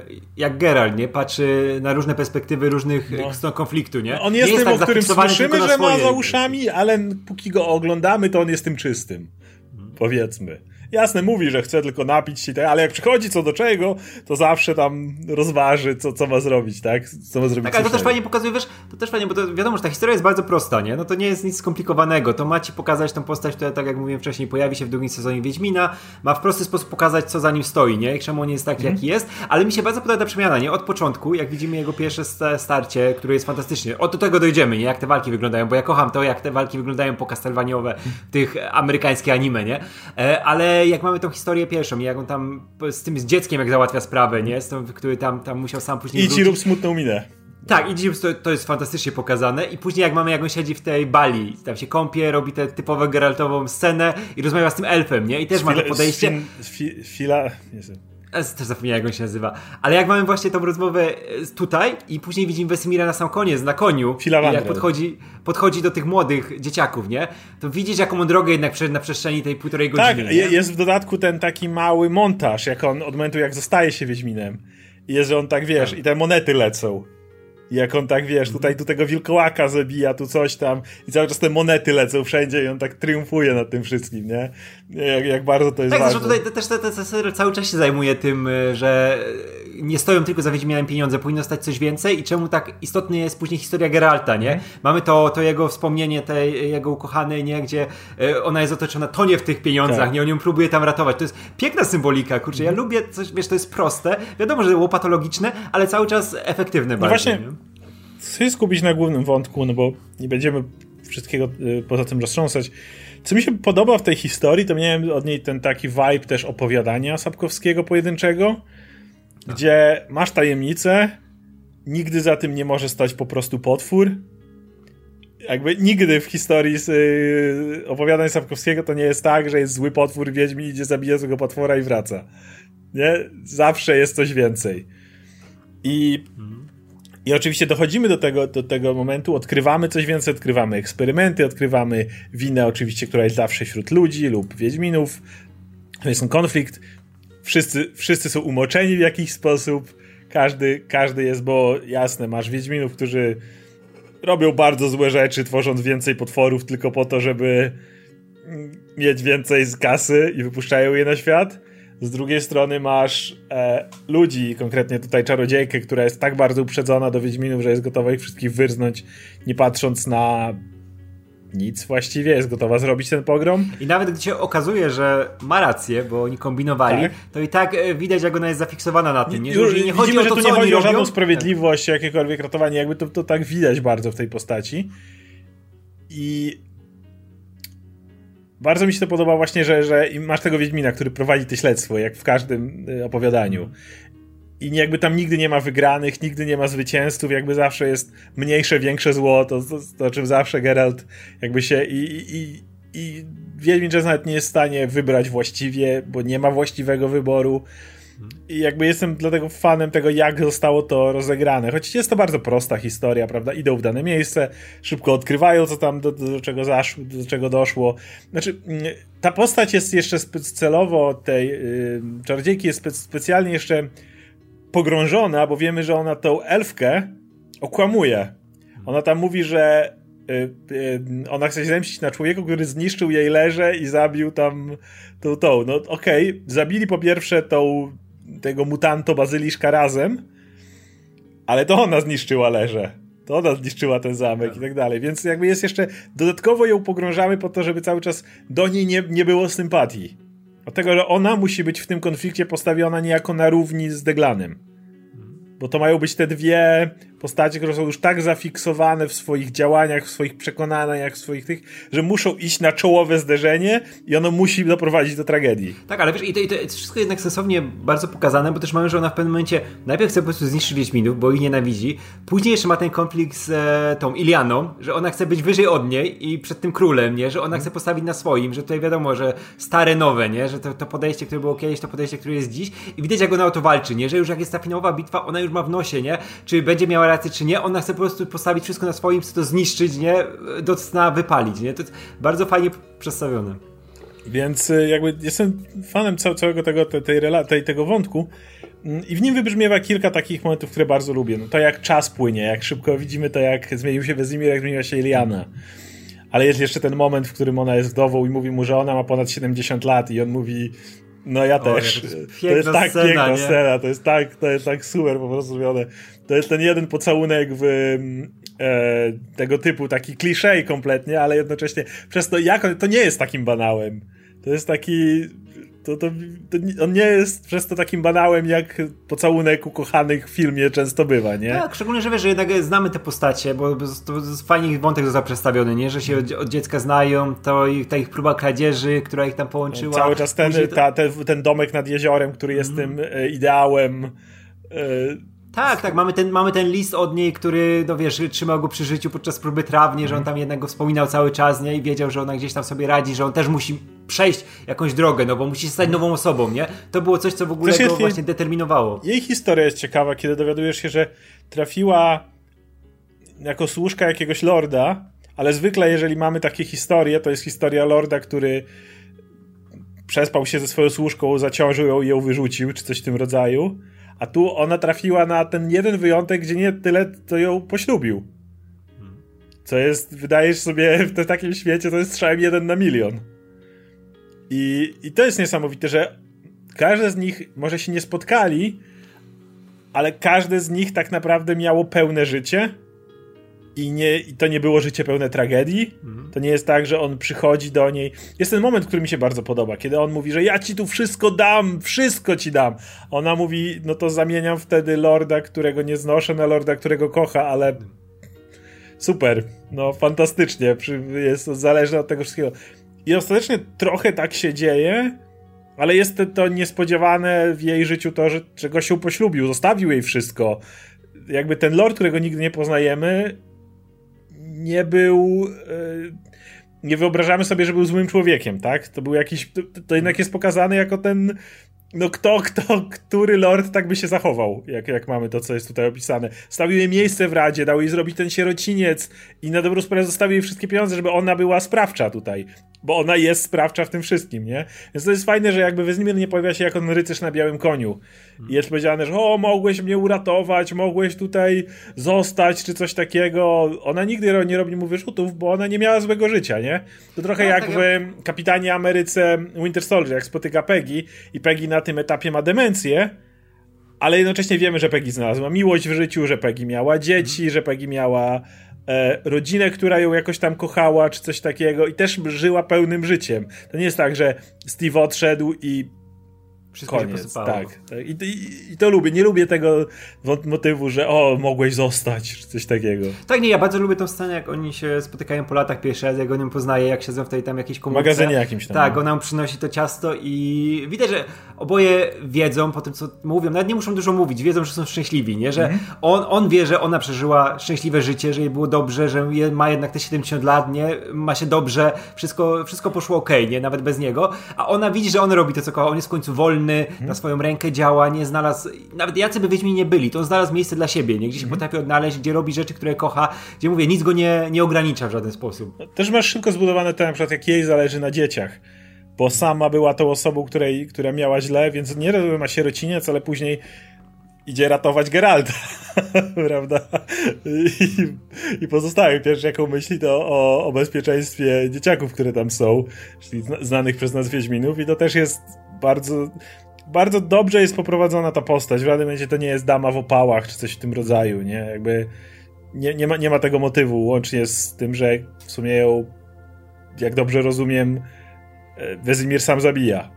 jak Geralt, nie? Patrzy na różne perspektywy różnych stron konfliktu, nie? On jest tym, o którym słyszymy, że ma za uszami, ale póki go oglądamy, to on jest tym czystym. Powiedzmy. Jasne, mówi, że chce tylko napić się, ale jak przychodzi co do czego, to zawsze tam rozważy, co ma zrobić, tak? Co ma zrobić. Tak, ale to też fajnie pokazuje, wiesz, to też fajnie, bo to wiadomo, że ta historia jest bardzo prosta, nie? No to nie jest nic skomplikowanego. To ma ci pokazać tą postać, która, tak jak mówiłem wcześniej, pojawi się w drugim sezonie Wiedźmina, ma w prosty sposób pokazać, co za nim stoi, nie? I czemu on jest taki, jaki jest. Ale mi się bardzo podoba ta przemiana, nie? Od początku, jak widzimy jego pierwsze starcie, które jest fantastycznie. Do tego dojdziemy, nie? Jak te walki wyglądają, bo ja kocham to, jak te walki wyglądają po castlevaniove, tych amerykańskie anime, nie? Ale jak mamy tą historię pierwszą, jak on tam z tym dzieckiem, jak załatwia sprawę, nie? Z tym, który tam musiał sam później wrócić. I ci rób smutną minę. Tak, i to jest fantastycznie pokazane. I później jak on siedzi w tej bali, tam się kąpie, robi tę typową geraltową scenę i rozmawia z tym elfem, nie? I też ma to podejście... Też zapomniałem, jak on się nazywa. Ale jak mamy właśnie tą rozmowę tutaj i później widzimy Wesemira na sam koniec, na koniu, i jak podchodzi do tych młodych dzieciaków, nie? To widzisz, jaką on drogę jednak przeszedł na przestrzeni tej 1,5 godziny. Tak, jest w dodatku ten taki mały montaż, jak on od momentu, jak zostaje się Wiedźminem. I jest, że on tak, wiesz, i te monety lecą. I jak on tak, wiesz, tutaj tu tego wilkołaka zabija, tu coś tam i cały czas te monety lecą wszędzie i on tak triumfuje nad tym wszystkim, nie? Jak bardzo to jest tak, ważne. Tak, zresztą tutaj też ten cały czas się zajmuje tym, że nie stoją tylko za Wiedźminem pieniądze, powinno stać coś więcej i czemu tak istotna jest później historia Geralta, nie? Mamy to jego wspomnienie tej jego ukochanej, nie? Gdzie ona jest otoczona, tonie w tych pieniądzach, tak. Nie? On ją próbuje tam ratować. To jest piękna symbolika, kurczę, ja lubię coś, wiesz, to jest proste, wiadomo, że łopatologiczne, ale cały czas efektywne bardzo. Właśnie, chcę się skupić na głównym wątku, no bo nie będziemy wszystkiego poza tym roztrząsać. Co mi się podoba w tej historii, to miałem od niej ten taki vibe też opowiadania Sapkowskiego pojedynczego, gdzie masz tajemnicę, nigdy za tym nie może stać po prostu potwór. Jakby nigdy w historii opowiadań Sapkowskiego to nie jest tak, że jest zły potwór, Wiedźmin idzie, zabija złego potwora i wraca. Nie? Zawsze jest coś więcej. I oczywiście dochodzimy do tego momentu, odkrywamy coś więcej, odkrywamy eksperymenty, odkrywamy winę oczywiście, która jest zawsze wśród ludzi lub Wiedźminów. To jest ten konflikt. Wszyscy są umoczeni w jakiś sposób. Każdy jest, bo jasne, masz Wiedźminów, którzy robią bardzo złe rzeczy, tworząc więcej potworów tylko po to, żeby mieć więcej z kasy i wypuszczają je na świat. Z drugiej strony masz ludzi, konkretnie tutaj czarodziejkę, która jest tak bardzo uprzedzona do Wiedźminów, że jest gotowa ich wszystkich wyrznąć, nie patrząc na nic właściwie, jest gotowa zrobić ten pogrom. I nawet gdy się okazuje, że ma rację, bo oni kombinowali, tak. To i tak widać, jak ona jest zafiksowana na tym. Nie chodzi o to, że tu nie chodzi o żadną sprawiedliwość, tak. Jakiekolwiek ratowanie, jakby to tak widać bardzo w tej postaci. I bardzo mi się to podoba właśnie, że masz tego Wiedźmina, który prowadzi to śledztwo, jak w każdym opowiadaniu. i jakby tam nigdy nie ma wygranych, nigdy nie ma zwycięzców, jakby zawsze jest mniejsze, większe zło, to o czym zawsze Geralt jakby się i Wiedźmin Jazz nawet nie jest w stanie wybrać właściwie, bo nie ma właściwego wyboru. I jakby jestem dlatego fanem tego, jak zostało to rozegrane. Choć jest to bardzo prosta historia, prawda? Idą w dane miejsce, szybko odkrywają, co tam do czego doszło. Znaczy, ta postać jest jeszcze celowo tej czarodziejki jest specjalnie jeszcze pogrążona, bo wiemy, że ona tą elfkę okłamuje. Ona tam mówi, że ona chce się zemścić na człowieku, który zniszczył jej leże i zabił tam tą. No okej, zabili po pierwsze tego mutanto bazyliszka razem, ale to ona zniszczyła leże. To ona zniszczyła ten zamek i tak dalej. Więc jakby jest jeszcze... Dodatkowo ją pogrążamy po to, żeby cały czas do niej nie było sympatii. Dlatego, że ona musi być w tym konflikcie postawiona niejako na równi z Deglanem. Bo to mają być te dwie postacie, które są już tak zafiksowane w swoich działaniach, w swoich przekonaniach, w swoich że muszą iść na czołowe zderzenie i ono musi doprowadzić do tragedii. Tak, ale wiesz, i to jest wszystko jednak sensownie bardzo pokazane, bo też mamy, że ona w pewnym momencie najpierw chce po prostu zniszczyć Wiedźminów, bo ich nienawidzi, później jeszcze ma ten konflikt z tą Ilianą, że ona chce być wyżej od niej i przed tym królem, nie? Że ona chce postawić na swoim, że tutaj wiadomo, że stare, nowe, nie? Że to podejście, które było kiedyś, to podejście, które jest dziś i widać, jak ona o to walczy, nie? Że już jak jest ta finałowa bitwa, ona już ma w nosie, nie? Czy będzie miała rację, czy nie? Ona chce po prostu postawić wszystko na swoim, chce to zniszczyć, nie? Do cna wypalić, nie? To jest bardzo fajnie przedstawione. Więc jakby jestem fanem całego tego wątku i w nim wybrzmiewa kilka takich momentów, które bardzo lubię. No to jak czas płynie, jak szybko widzimy to, jak zmienił się Wesemir, jak zmieniła się Iliana. Ale jest jeszcze ten moment, w którym ona jest wdową i mówi mu, że ona ma ponad 70 lat i on mówi, no ja też. To jest tak piękna scena, to jest tak super po prostu zrobione. To jest ten jeden pocałunek w tego typu, taki kliszej kompletnie, ale jednocześnie przez to, to nie jest takim banałem. To jest taki... on nie jest przez to takim banałem, jak pocałunek ukochanych w filmie często bywa, nie? Tak, szczególnie, że wiesz, że jednak znamy te postacie, bo to fajnie ich wątek został przedstawiony, nie? Że się od dziecka znają, to ta ich próba kradzieży, która ich tam połączyła. Cały czas ten domek nad jeziorem, który jest tym ideałem. Tak, mamy ten list od niej, który, no wiesz, trzymał go przy życiu podczas próby trawnie, że on tam jednak go wspominał cały czas, nie? I wiedział, że ona gdzieś tam sobie radzi, że on też musi przejść jakąś drogę, no bo musi się stać nową osobą, nie? To było coś, co w ogóle go właśnie determinowało. Jej historia jest ciekawa, kiedy dowiadujesz się, że trafiła jako służka jakiegoś lorda, ale zwykle jeżeli mamy takie historie, to jest historia lorda, który przespał się ze swoją służką, zaciążył ją i ją wyrzucił, czy coś w tym rodzaju. A tu ona trafiła na ten jeden wyjątek, gdzie nie tyle, to ją poślubił. Co jest, wydajesz sobie, w takim świecie to jest strzałem 1 na milion. I to jest niesamowite, że każde z nich może się nie spotkali, ale każde z nich tak naprawdę miało pełne życie i to nie było życie pełne tragedii. To nie jest tak, że on przychodzi do niej. Jest ten moment, który mi się bardzo podoba, kiedy on mówi, że ja ci tu wszystko dam, wszystko ci dam. Ona mówi, no to zamieniam wtedy lorda, którego nie znoszę, na lorda, którego kocha, ale super, no fantastycznie, jest to zależne od tego wszystkiego. I ostatecznie trochę tak się dzieje, ale jest to niespodziewane w jej życiu to, że czego się poślubił, zostawił jej wszystko. Jakby ten lord, którego nigdy nie poznajemy, nie był... Nie wyobrażamy sobie, że był złym człowiekiem, tak? To był jakiś... To jednak jest pokazane jako ten... No który lord tak by się zachował, jak mamy to, co jest tutaj opisane. Stawił jej miejsce w radzie, dał jej zrobić ten sierociniec i na dobrą sprawę zostawił jej wszystkie pieniądze, żeby ona była sprawcza tutaj. Bo ona jest sprawcza w tym wszystkim, nie? Więc to jest fajne, że jakby Wesemir nie pojawia się jako rycerz na białym koniu. I jest powiedziane, że mogłeś mnie uratować, mogłeś tutaj zostać, czy coś takiego. Ona nigdy nie robi mu wyrzutów, bo ona nie miała złego życia, nie? To trochę jak w Kapitanie Ameryce Winter Soldier, jak spotyka Peggy i Peggy na tym etapie ma demencję, ale jednocześnie wiemy, że Peggy znalazła miłość w życiu, że Peggy miała dzieci, że Peggy miała rodzinę, która ją jakoś tam kochała, czy coś takiego i też żyła pełnym życiem. To nie jest tak, że Steve odszedł i Wszystko koniec, tak. I to lubię. Nie lubię tego motywu, że mogłeś zostać, czy coś takiego. Tak, nie, ja bardzo lubię tą scenę, jak oni się spotykają po latach pierwszy raz, jak on ją poznaje, jak siedzą w tej tam jakiejś komórce. W magazynie jakimś tam. Tak, ona mu przynosi to ciasto i widać, że oboje wiedzą po tym, co mówią, nawet nie muszą dużo mówić, wiedzą, że są szczęśliwi, nie? Że on wie, że ona przeżyła szczęśliwe życie, że jej było dobrze, że ma jednak te 70 lat, nie? Ma się dobrze, wszystko poszło okej, nie? Nawet bez niego, a ona widzi, że on robi to, co kocha, on jest w końcu wolny, na swoją rękę działa, nie znalazł, nawet jacy by Wiedźmini nie byli, to on znalazł miejsce dla siebie, nie? Gdzie się potrafi odnaleźć, gdzie robi rzeczy, które kocha, gdzie mówię, nic go nie ogranicza w żaden sposób. Też masz szybko zbudowane to, na przykład jak jej zależy na dzieciach, bo sama była tą osobą, która miała źle, więc nie ma sierociniec, ale później idzie ratować Geralta, prawda? I pozostałych. Pierwsze jaką myśli to o bezpieczeństwie dzieciaków, które tam są, czyli znanych przez nas Wiedźminów, i to też jest bardzo, bardzo dobrze jest poprowadzona ta postać. W żadnym razie to nie jest dama w opałach, czy coś w tym rodzaju, nie? Jakby nie ma tego motywu, łącznie z tym, że w sumie ją, jak dobrze rozumiem, Wesemir sam zabija,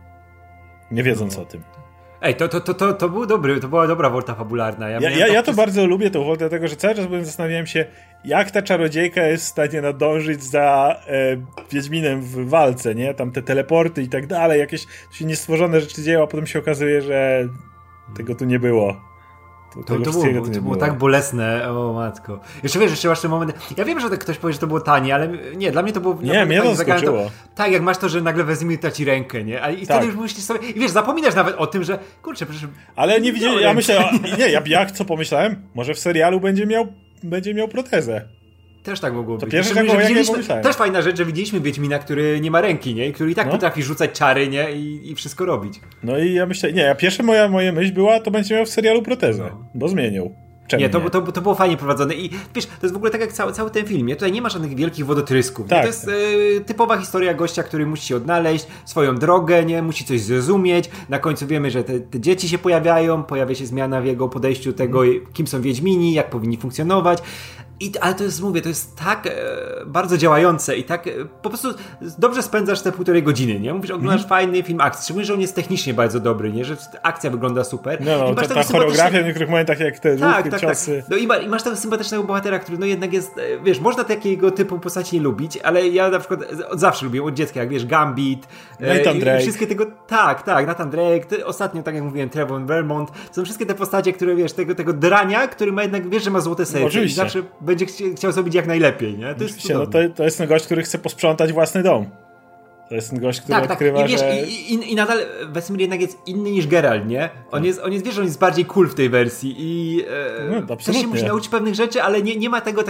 nie wiedząc o tym. Ej, to był dobry, to była dobra wolta fabularna. Ja to bardzo lubię, tą woltę, dlatego że cały czas zastanawiałem się, jak ta czarodziejka jest w stanie nadążyć za Wiedźminem w walce, nie? Tam te teleporty i tak dalej, jakieś się niestworzone rzeczy dzieją, a potem się okazuje, że tego tu nie było. To było tak bolesne, o matko. Jeszcze masz ten moment, ja wiem, że ktoś powie, że to było tanie, ale nie, dla mnie to było... Nie, mnie to zaskoczyło. Tak, jak masz to, że nagle Wesemir traci rękę, nie? I wtedy już myślisz sobie, i wiesz, zapominasz nawet o tym, że kurczę, przecież... Ale nie widziałem, ja myślę, jak co pomyślałem? Może w serialu będzie miał protezę. Też tak mogło być. To pierwsze tak pomyślałem. Też fajna rzecz, że widzieliśmy Wiedźmina, który nie ma ręki, nie? I który i tak potrafi rzucać czary, nie? I wszystko robić. No i ja myślę, pierwsza moja myśl była, to będzie miał w serialu protezę, bo zmienił. Nie, to było fajnie prowadzone i wiesz, to jest w ogóle tak jak cały ten film, nie? Tutaj nie ma żadnych wielkich wodotrysków. Tak. To jest typowa historia gościa, który musi się odnaleźć, swoją drogę, nie? Musi coś zrozumieć. Na końcu wiemy, że te dzieci się pojawiają, pojawia się zmiana w jego podejściu tego, kim są Wiedźmini, jak powinni funkcjonować. Ale to jest, mówię, to jest tak bardzo działające i tak po prostu dobrze spędzasz te 1,5 godziny, nie? Mówisz, oglądasz fajny film akcji, szczególnie, że on jest technicznie bardzo dobry, nie? Że akcja wygląda super. No, ta choreografia w niektórych momentach, jak te ciosy. Tak. No i masz tego sympatycznego bohatera, który no jednak jest, wiesz, można takiego typu postaci nie lubić, ale ja na przykład od zawsze lubię, od dziecka, jak wiesz, Gambit, Nathan Drake. Wszystkie tego, tak, Nathan Drake, ostatnio, tak jak mówiłem, Trevor Vermont, są wszystkie te postacie, które, wiesz, tego drania, który ma jednak, wiesz, że ma złote serce. Oczywiście. I zawsze będzie chciał zrobić jak najlepiej, nie? To jest to jest ten gość, który chce posprzątać własny dom. To jest ten gość, który odkrywa, I wiesz, że... I nadal Wesemir jednak jest inny niż Geralt, nie? On jest, wiesz, on jest bardziej cool w tej wersji i też się musi nauczyć pewnych rzeczy, ale nie ma tego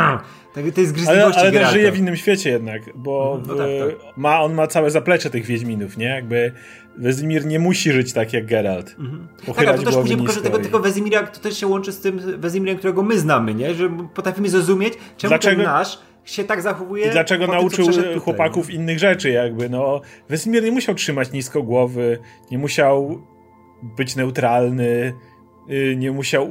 tej zgryzliwości ale Geralta. też żyje w innym świecie jednak, bo on ma całe zaplecze tych Wiedźminów, nie? Jakby Wesemir nie musi żyć tak jak Geralt. Tak, ale to też później pokaże tego Wesemira, to też się łączy z tym Wesemirem, którego my znamy, nie? Że potrafimy zrozumieć, czemu ten nasz się tak zachowuje. I dlaczego nauczył chłopaków innych rzeczy, jakby, no. Wesemir nie musiał trzymać nisko głowy, nie musiał być neutralny, nie musiał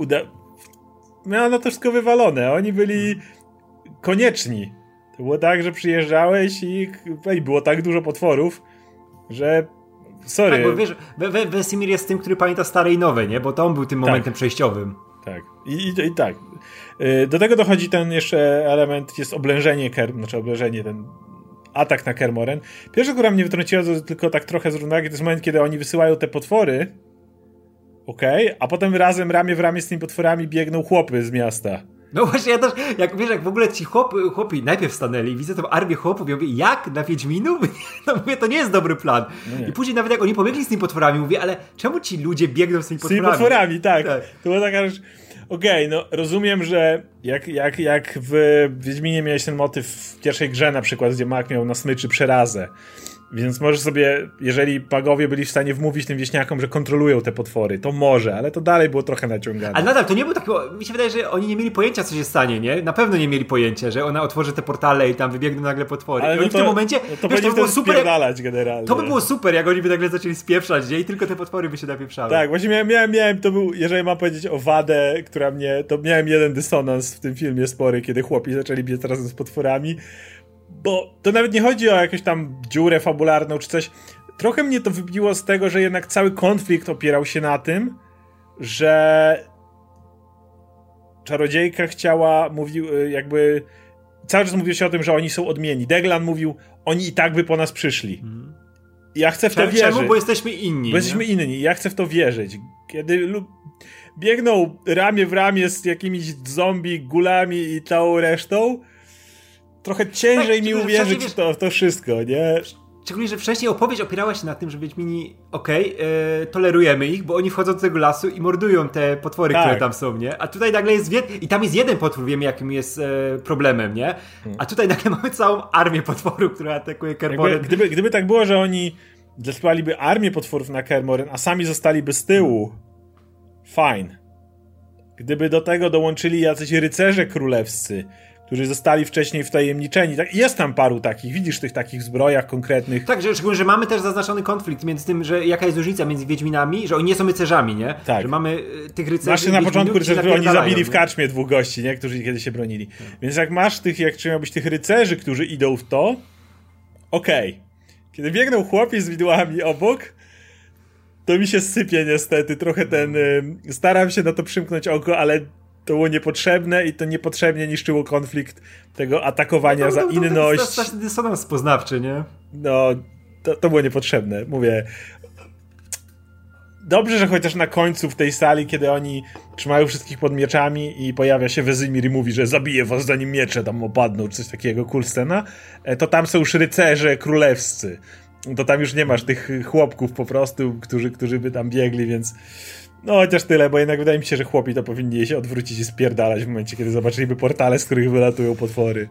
miał na to wszystko wywalone. Oni byli konieczni. To było tak, że przyjeżdżałeś i było tak dużo potworów, że sorry. Tak, bo wiesz, Wesemir jest tym, który pamięta stare i nowe, nie? Bo to on był tym momentem przejściowym. Tak. I tak. Do tego dochodzi ten jeszcze element, jest oblężenie ten atak na Kaer Morhen. Pierwsza, która mnie wytrąciła, to tylko tak trochę z równowagi, to jest moment, kiedy oni wysyłają te potwory, a potem razem, ramię w ramię z tymi potworami biegną chłopy z miasta. No właśnie, ja też, jak w ogóle ci chłopi najpierw stanęli i widzę tą armię chłopów i ja mówię, jak? Na Wiedźminów? No mówię, to nie jest dobry plan. No i później nawet jak oni pobiegli z tymi potworami, mówię, ale czemu ci ludzie biegną z tymi potworami? Z tymi potworami, tak. To była taka rzecz... no rozumiem, że jak w Wiedźminie miałeś ten motyw w pierwszej grze na przykład, gdzie Mark miał na smyczy przerazę, więc możesz sobie, jeżeli magowie byli w stanie wmówić tym wieśniakom, że kontrolują te potwory, to może, ale to dalej było trochę naciągane. Ale nadal to nie było takiego, mi się wydaje, że oni nie mieli pojęcia, co się stanie, nie? Na pewno nie mieli pojęcia, że ona otworzy te portale i tam wybiegną nagle potwory. Ale I oni w tym momencie, to by było super, generalnie. To by było super, jak oni by nagle zaczęli spieprzać, nie? I tylko te potwory by się napieprzały. Tak, właśnie miałem, to był, jeżeli mam powiedzieć o wadę, to miałem jeden dysonans w tym filmie spory, kiedy chłopi zaczęli biec razem z potworami. Bo to nawet nie chodzi o jakąś tam dziurę fabularną czy coś. trochę mnie to wybiło z tego, że jednak cały konflikt opierał się na tym, że czarodziejka jakby cały czas mówił się o tym, że oni są odmienni. Deglan mówił, oni i tak by po nas przyszli. Ja chcę w to wierzyć. Czemu? Bo jesteśmy inni. Bo jesteśmy inni. Ja chcę w to wierzyć. Kiedy biegną ramię w ramię z jakimiś zombie, gulami i całą resztą, trochę ciężej mi uwierzyć w to wszystko, nie? Szczególnie, że wcześniej opowieść opierała się na tym, że Wiedźmini, tolerujemy ich, bo oni wchodzą do tego lasu i mordują te potwory, które tam są, nie? A tutaj nagle jest i tam jest jeden potwór, wiemy jakim jest problemem, nie? A tutaj nagle mamy całą armię potworów, która atakuje Kermoren. Gdyby tak było, że oni zesłaliby armię potworów na Kermoren, a sami zostaliby z tyłu, fine. Gdyby do tego dołączyli jacyś rycerze królewscy, którzy zostali wcześniej wtajemniczeni. Jest tam paru takich, widzisz w tych takich zbrojach konkretnych. Tak, że mamy też zaznaczony konflikt między tym, że jaka jest różnica między Wiedźminami, że oni nie są rycerzami, nie? Tak. Że mamy tych rycerzy. Masz na początku rycerzy, oni zabili w karczmie 2 gości, nie? Którzy kiedy się bronili. Więc jak masz miałbyś tych rycerzy, którzy idą w to, okej. Kiedy biegną chłopi z widłami obok, to mi się sypie niestety. Trochę staram się na to przymknąć oko, ale to było niepotrzebne i to niepotrzebnie niszczyło konflikt tego atakowania za inność. To jest dysonans poznawczy, nie? No, to było niepotrzebne. Mówię, dobrze, że chociaż na końcu w tej sali, kiedy oni trzymają wszystkich pod mieczami i pojawia się Wesemir i mówi, że zabije was zanim miecze tam opadną, czy coś takiego, cool scena, to tam są już rycerze królewscy. To tam już nie masz tych chłopków po prostu, którzy by tam biegli, więc no chociaż tyle, bo jednak wydaje mi się, że chłopi to powinni się odwrócić i spierdalać w momencie, kiedy zobaczyliby portale, z których wylatują potwory.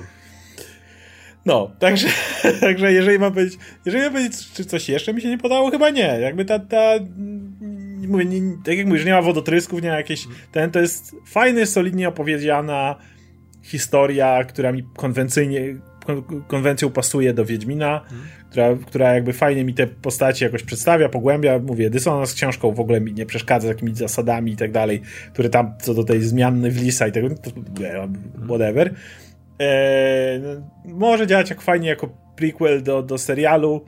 No, także jeżeli mam powiedzieć, czy coś jeszcze mi się nie podobało, chyba nie. Jakby mówię, tak jak mówisz, nie ma wodotrysków, nie ma jakieś, to jest fajny, solidnie opowiedziana historia, która mi konwencją pasuje do Wiedźmina, która jakby fajnie mi te postacie jakoś przedstawia, pogłębia. Mówię, dysonans z książką w ogóle mi nie przeszkadza, jakimiś zasadami i tak dalej, które tam co do tej zmiany w Lisa i tego, whatever. Może działać fajnie jako prequel do serialu.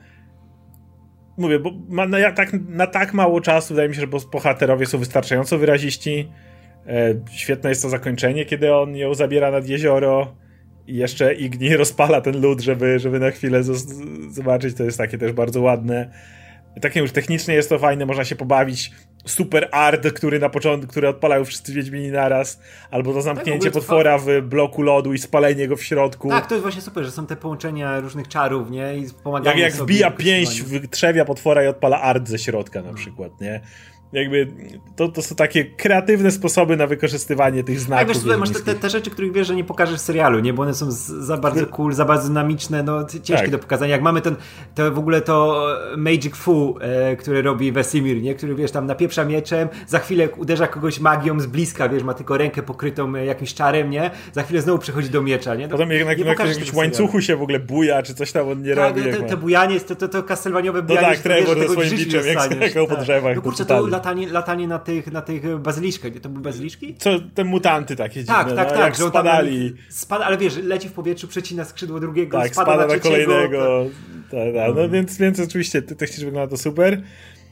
Mówię, bo na tak mało czasu wydaje mi się, że bohaterowie są wystarczająco wyraziści. Świetne jest to zakończenie, kiedy on ją zabiera nad jezioro i jeszcze Igni rozpala ten lód, żeby na chwilę zobaczyć. To jest takie też bardzo ładne. Takie już technicznie jest to fajne, można się pobawić. Super art, który odpalają wszyscy Wiedźmini naraz, albo to zamknięcie potwora w bloku lodu i spalenie go w środku. Tak, to jest właśnie super, że są te połączenia różnych czarów, nie? I pomagają jak wbija pięść w trzewia potwora i odpala art ze środka na przykład, nie? Jakby to są takie kreatywne sposoby na wykorzystywanie tych znaków. Tak, wiesz, tutaj masz te rzeczy, których wiesz, że nie pokażesz w serialu, nie? Bo one są za bardzo cool, za bardzo dynamiczne, no ciężkie do pokazania. Jak mamy w ogóle to Magic Fu, które robi Wesemir, nie? Który wiesz, tam napieprza mieczem, za chwilę uderza kogoś magią z bliska, wiesz, ma tylko rękę pokrytą jakimś czarem, nie? Za chwilę znowu przechodzi do miecza, nie? Potem jak na jakimś łańcuchu się w ogóle buja, czy coś tam on nie robi. Te bujanie, to castlevaniove bujanie. No tak, Trevor ze swoim biczem, jak skakał po drzewach. No kurczę, to latanie na tych bazyliszkach. To były bazyliszki? Co, te mutanty takie dziwne, tak, jak spadali. Ale wiesz, leci w powietrzu, przecina skrzydło drugiego, tak, spada na kolejnego. Tak. No więc oczywiście technicznie wygląda to super.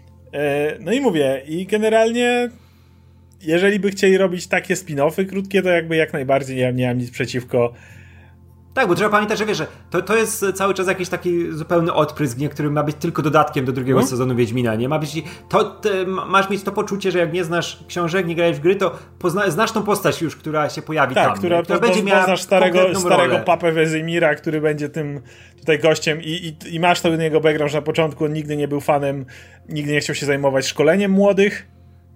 No i mówię, i generalnie jeżeli by chcieli robić takie spin-offy krótkie, to jakby jak najbardziej nie miałem nic przeciwko. Tak, bo trzeba pamiętać, że wiesz, że to jest cały czas jakiś taki zupełny odprysk, nie, który ma być tylko dodatkiem do drugiego sezonu Wiedźmina, nie? Ma być, masz mieć to poczucie, że jak nie znasz książek, nie grałeś w gry, to znasz tą postać już, która się pojawi tam. Która będzie miała poznasz starego papę Wesemira, który będzie tym tutaj gościem i masz to do niego background, że na początku on nigdy nie był fanem, nigdy nie chciał się zajmować szkoleniem młodych,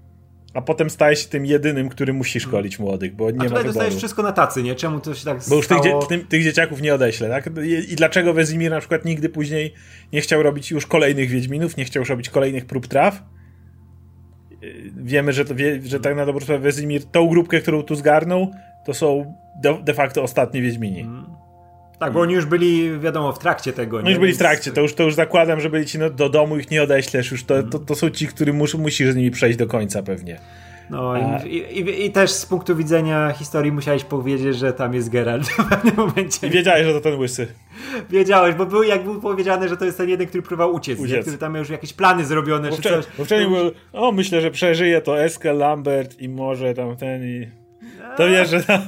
a potem stajesz się tym jedynym, który musi szkolić młodych, bo nie ma wyboru. A tutaj dostajesz wszystko na tacy, nie? Czemu to się tak stało? Bo już tych dzieciaków nie odeślę, tak? I dlaczego Wesemir na przykład nigdy później nie chciał robić już kolejnych Wiedźminów, nie chciał już robić kolejnych prób traw? Wiemy, że tak na dobrą sprawę Wesemir, tą grupkę, którą tu zgarnął, to są de facto ostatni Wiedźmini. Tak, bo oni już byli, wiadomo, w trakcie tego. No już byli w trakcie, to już zakładam, że byli ci do domu, ich nie odeślesz, już to są ci, którzy musisz z nimi przejść do końca pewnie. No i też z punktu widzenia historii musiałeś powiedzieć, że tam jest Geralt w pewnym momencie. I wiedziałeś, że to ten łysy. Wiedziałeś, bo był powiedziane, że to jest ten jeden, który próbował uciec. Który tam miał już jakieś plany zrobione, czy coś. Bo wcześniej był, myślę, że przeżyje to Eskel, Lambert i może tam ten i... To wiesz, że tam,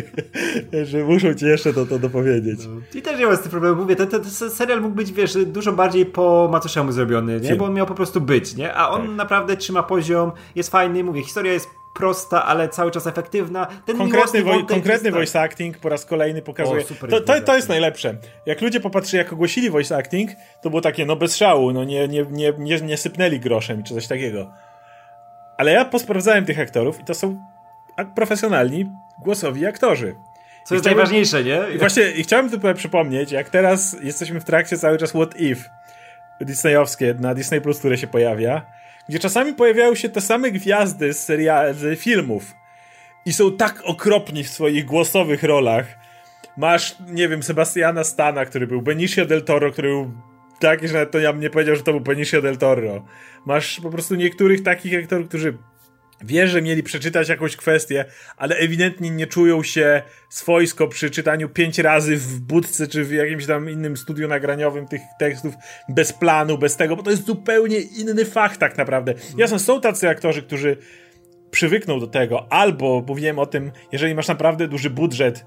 że muszą ci jeszcze to dopowiedzieć. I też nie ma z tym problemu. Mówię, ten serial mógł być, wiesz, dużo bardziej po macoszemu zrobiony, nie? Bo on miał po prostu być, nie? A on naprawdę trzyma poziom, jest fajny, mówię, historia jest prosta, ale cały czas efektywna. Konkretny voice acting po raz kolejny pokazuje. To jest najlepsze. Jak ludzie popatrzyli, jak ogłosili voice acting, to było takie, bez szału, nie sypnęli groszem czy coś takiego. Ale ja posprawdzałem tych aktorów i to są profesjonalni, głosowi aktorzy. Co jest najważniejsze, nie? Właśnie chciałem tutaj przypomnieć, jak teraz jesteśmy w trakcie cały czas What If disneyowskie na Disney Plus, które się pojawia, gdzie czasami pojawiają się te same gwiazdy z filmów i są tak okropni w swoich głosowych rolach. Masz, nie wiem, Sebastiana Stana, który był, Benicio del Toro, który był taki, że nawet to ja bym nie powiedział, że to był Benicio del Toro. Masz po prostu niektórych takich aktorów, którzy wiesz, że mieli przeczytać jakąś kwestię, ale ewidentnie nie czują się swojsko przy czytaniu 5 razy w budce, czy w jakimś tam innym studiu nagraniowym tych tekstów, bez planu, bez tego, bo to jest zupełnie inny fach tak naprawdę. Jasne, są tacy aktorzy, którzy przywykną do tego, albo mówiłem o tym, jeżeli masz naprawdę duży budżet,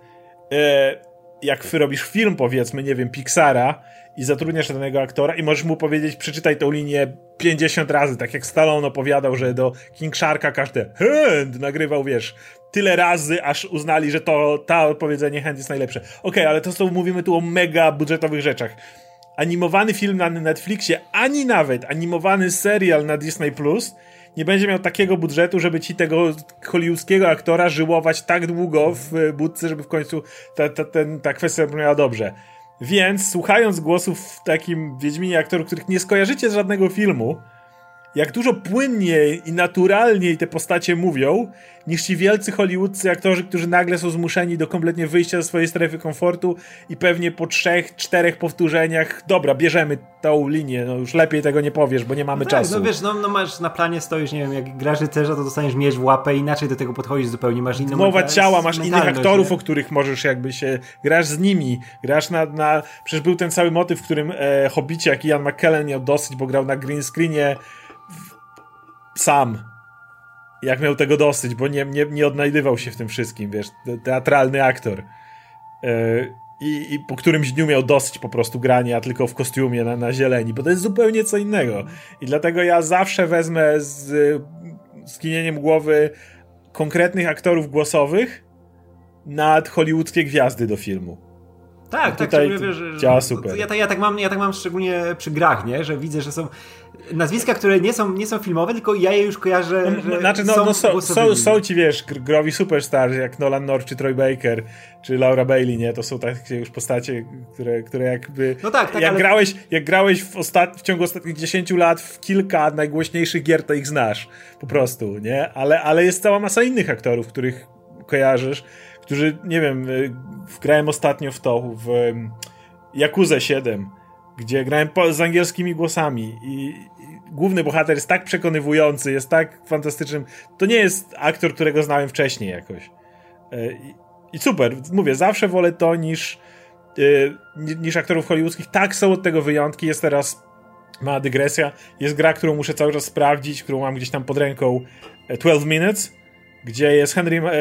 jak robisz film, powiedzmy, nie wiem, Pixara i zatrudniasz danego aktora i możesz mu powiedzieć, przeczytaj tą linię 50 razy, tak jak Stallone opowiadał, że do King Sharka każdy hand nagrywał, wiesz, tyle razy, aż uznali, że to powiedzenie hand jest najlepsze. Okej, ale mówimy tu o mega budżetowych rzeczach. Animowany film na Netflixie, ani nawet animowany serial na Disney Plus nie będzie miał takiego budżetu, żeby ci tego hollywoodzkiego aktora żyłować tak długo w budce, żeby w końcu ta kwestia brzmiała dobrze. Więc słuchając głosów w takim Wiedźminie aktorów, których nie skojarzycie z żadnego filmu, jak dużo płynniej i naturalniej te postacie mówią, niż ci wielcy hollywoodzcy aktorzy, którzy nagle są zmuszeni do kompletnie wyjścia ze swojej strefy komfortu i pewnie po 3-4 powtórzeniach, dobra, bierzemy tą linię, już lepiej tego nie powiesz, bo nie mamy czasu. No wiesz, masz na planie, stoisz, nie wiem, jak grasz rycerza, to dostaniesz miecz w łapę, inaczej do tego podchodzisz zupełnie, masz inną mowa ciała, masz innych aktorów, nie? O których możesz jakby się, grasz z nimi, grasz przecież był ten cały motyw, w którym Hobbicie, jak Ian McKellen miał dosyć, bo grał na green screenie sam. Jak miał tego dosyć, bo nie odnajdywał się w tym wszystkim, wiesz, teatralny aktor. I po którymś dniu miał dosyć po prostu grania tylko w kostiumie na zieleni, bo to jest zupełnie co innego. I dlatego ja zawsze wezmę z skinieniem głowy konkretnych aktorów głosowych nad hollywoodzkie gwiazdy do filmu. Tak, działa super. Ja tak mam szczególnie przy grach, nie? Że widzę, że są nazwiska, które nie są filmowe, tylko ja je już kojarzę, są ci, wiesz, growi superstars, jak Nolan North, czy Troy Baker, czy Laura Bailey, nie? To są takie już postacie, które jakby... No tak, jak grałeś w ciągu ostatnich 10 lat w kilka najgłośniejszych gier, to ich znasz. Po prostu, nie? Ale jest cała masa innych aktorów, których kojarzysz, którzy, nie wiem, grałem ostatnio w Yakuzę 7, gdzie grałem z angielskimi głosami i główny bohater jest tak przekonywujący, jest tak fantastycznym. To nie jest aktor, którego znałem wcześniej jakoś. I super, mówię, zawsze wolę to niż aktorów hollywoodzkich. Tak, są od tego wyjątki. Jest teraz, mała dygresja, jest gra, którą muszę cały czas sprawdzić, którą mam gdzieś tam pod ręką, 12 Minutes, gdzie jest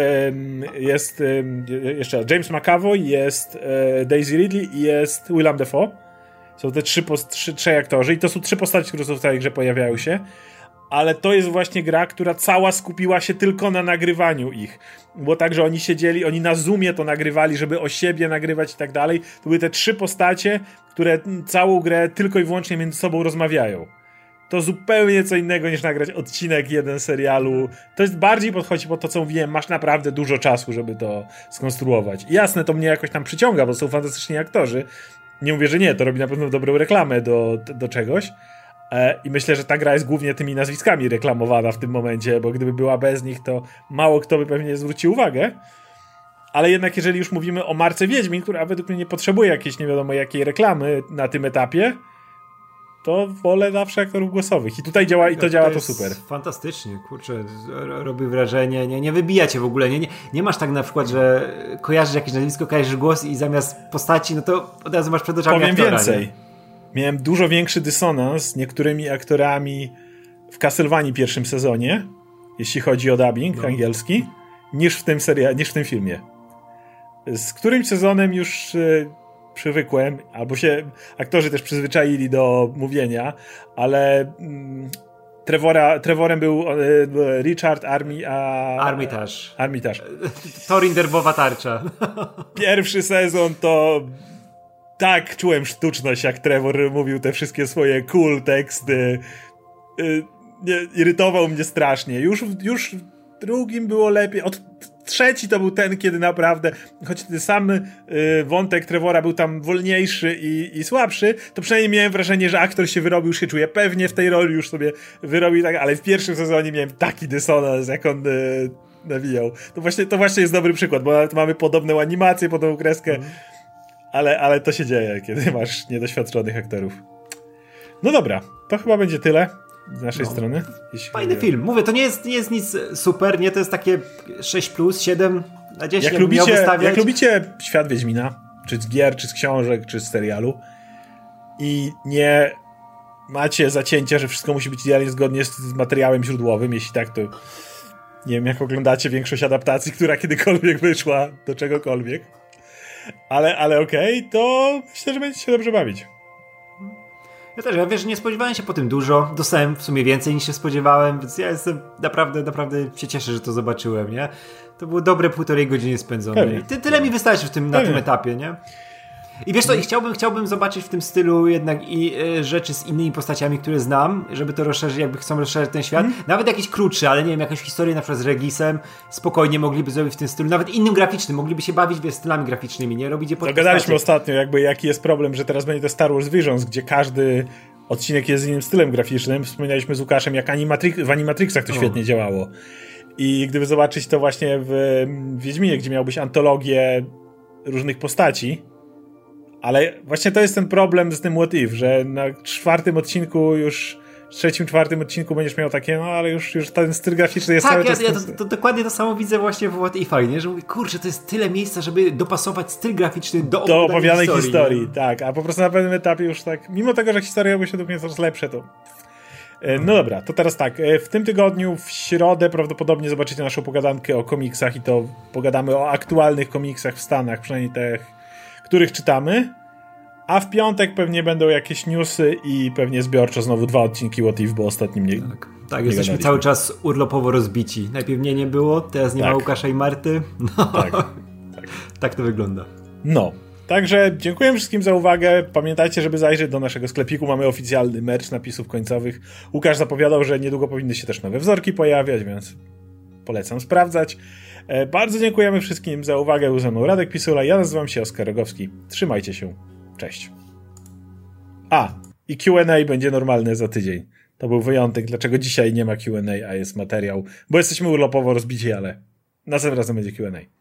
jest jeszcze James McAvoy, jest Daisy Ridley i jest Willem Dafoe. Są te trzej aktorzy i to są 3 postacie, które są w tej grze, pojawiają się. Ale to jest właśnie gra, która cała skupiła się tylko na nagrywaniu ich. Było tak, że oni siedzieli, oni na Zoomie to nagrywali, żeby o siebie nagrywać i tak dalej. To były te 3 postacie, które całą grę tylko i wyłącznie między sobą rozmawiają. To zupełnie co innego niż nagrać odcinek jeden serialu. To jest bardziej podchodzi pod to, co mówiłem, masz naprawdę dużo czasu, żeby to skonstruować. I jasne, to mnie jakoś tam przyciąga, bo są fantastyczni aktorzy. Nie mówię, że nie, to robi na pewno dobrą reklamę do czegoś. I myślę, że ta gra jest głównie tymi nazwiskami reklamowana w tym momencie, bo gdyby była bez nich, to mało kto by pewnie zwrócił uwagę. Ale jednak jeżeli już mówimy o marce Wiedźmin, która według mnie nie potrzebuje jakiejś nie wiadomo jakiej reklamy na tym etapie, to wolę zawsze aktorów głosowych. I tutaj działa, i to działa to super. Fantastycznie, kurczę, robi wrażenie, nie wybija cię w ogóle, nie masz tak na przykład, że kojarzysz jakieś nazwisko, kojarzysz głos i zamiast postaci, no to od razu masz przed oczami Powiem aktora, więcej. Nie? Miałem dużo większy dysonans z niektórymi aktorami w Castlevanii pierwszym sezonie, jeśli chodzi o dubbing angielski, niż w tym filmie. Z którymś sezonem już przywykłem, albo się aktorzy też przyzwyczaili do mówienia, ale Trevorem był Richard Armitage. Thorin derbowa tarcza. Pierwszy sezon to tak czułem sztuczność, jak Trevor mówił te wszystkie swoje cool teksty. Irytował mnie strasznie. Już w drugim było lepiej. Trzeci to był ten, kiedy naprawdę, choć ten sam wątek Trevora był tam wolniejszy i słabszy, to przynajmniej miałem wrażenie, że aktor się wyrobił, już się czuje pewnie w tej roli, już sobie wyrobił tak, ale w pierwszym sezonie miałem taki dysonans, jak on nawijał. To właśnie jest dobry przykład, bo nawet mamy podobną animację, podobną kreskę, ale to się dzieje, kiedy masz niedoświadczonych aktorów. No dobra, to chyba będzie tyle z naszej strony. Fajny film. Mówię, to nie jest nic super, nie? To jest takie 6+, 7 na 10, jak lubicie świat Wiedźmina, czy z gier, czy z książek, czy z serialu i nie macie zacięcia, że wszystko musi być idealnie zgodnie z materiałem źródłowym, jeśli tak, to nie wiem, jak oglądacie większość adaptacji, która kiedykolwiek wyszła do czegokolwiek, ale okej, to myślę, że będziecie się dobrze bawić. Ja też, wiesz, nie spodziewałem się po tym dużo. Dostałem w sumie więcej niż się spodziewałem, więc ja jestem naprawdę się cieszę, że to zobaczyłem, nie? To było dobre 1,5 godziny spędzone. Tyle mi wystarczy na tym etapie, nie? I wiesz co, chciałbym zobaczyć w tym stylu jednak i rzeczy z innymi postaciami, które znam, żeby to rozszerzyć, jakby chcą rozszerzyć ten świat. Nawet jakiś krótszy, ale nie wiem, jakąś historię na przykład z Regisem spokojnie mogliby zrobić w tym stylu. Nawet innym graficznym, mogliby się bawić stylami graficznymi, nie? Robić je pod Dogadaliśmy ostatnio, jakby jaki jest problem, że teraz będzie to Star Wars Visions, gdzie każdy odcinek jest z innym stylem graficznym. Wspominaliśmy z Łukaszem, jak w Animatrixach to świetnie działało. I gdyby zobaczyć to właśnie w Wiedźminie, gdzie miałbyś antologię różnych postaci, ale właśnie to jest ten problem z tym What If, że na trzecim, czwartym odcinku będziesz miał takie, no ale już ten styl graficzny jest cały czas... Ja to dokładnie to samo widzę właśnie w What If, nie? Że mówię, kurczę, to jest tyle miejsca, żeby dopasować styl graficzny do opowiadanej historii. Tak, a po prostu na pewnym etapie już tak, mimo tego, że historia by się według mnie coraz lepsze, to... No dobra, to teraz tak, w tym tygodniu w środę prawdopodobnie zobaczycie naszą pogadankę o komiksach i to pogadamy o aktualnych komiksach w Stanach, przynajmniej tych, których czytamy, a w piątek pewnie będą jakieś newsy i pewnie zbiorczo znowu 2 odcinki What If, bo ostatnim nie. Tak, jesteśmy cały czas urlopowo rozbici. Najpierw mnie nie było, teraz nie ma Łukasza i Marty. No, tak to wygląda. No, także dziękuję wszystkim za uwagę. Pamiętajcie, żeby zajrzeć do naszego sklepiku. Mamy oficjalny merch napisów końcowych. Łukasz zapowiadał, że niedługo powinny się też nowe wzorki pojawiać, więc polecam sprawdzać. Bardzo dziękujemy wszystkim za uwagę. Był ze mną Radek Pisula, ja nazywam się Oskar Rogowski. Trzymajcie się. Cześć. I Q&A będzie normalne za tydzień. To był wyjątek, dlaczego dzisiaj nie ma Q&A, a jest materiał. Bo jesteśmy urlopowo rozbici, ale następnym razem będzie Q&A.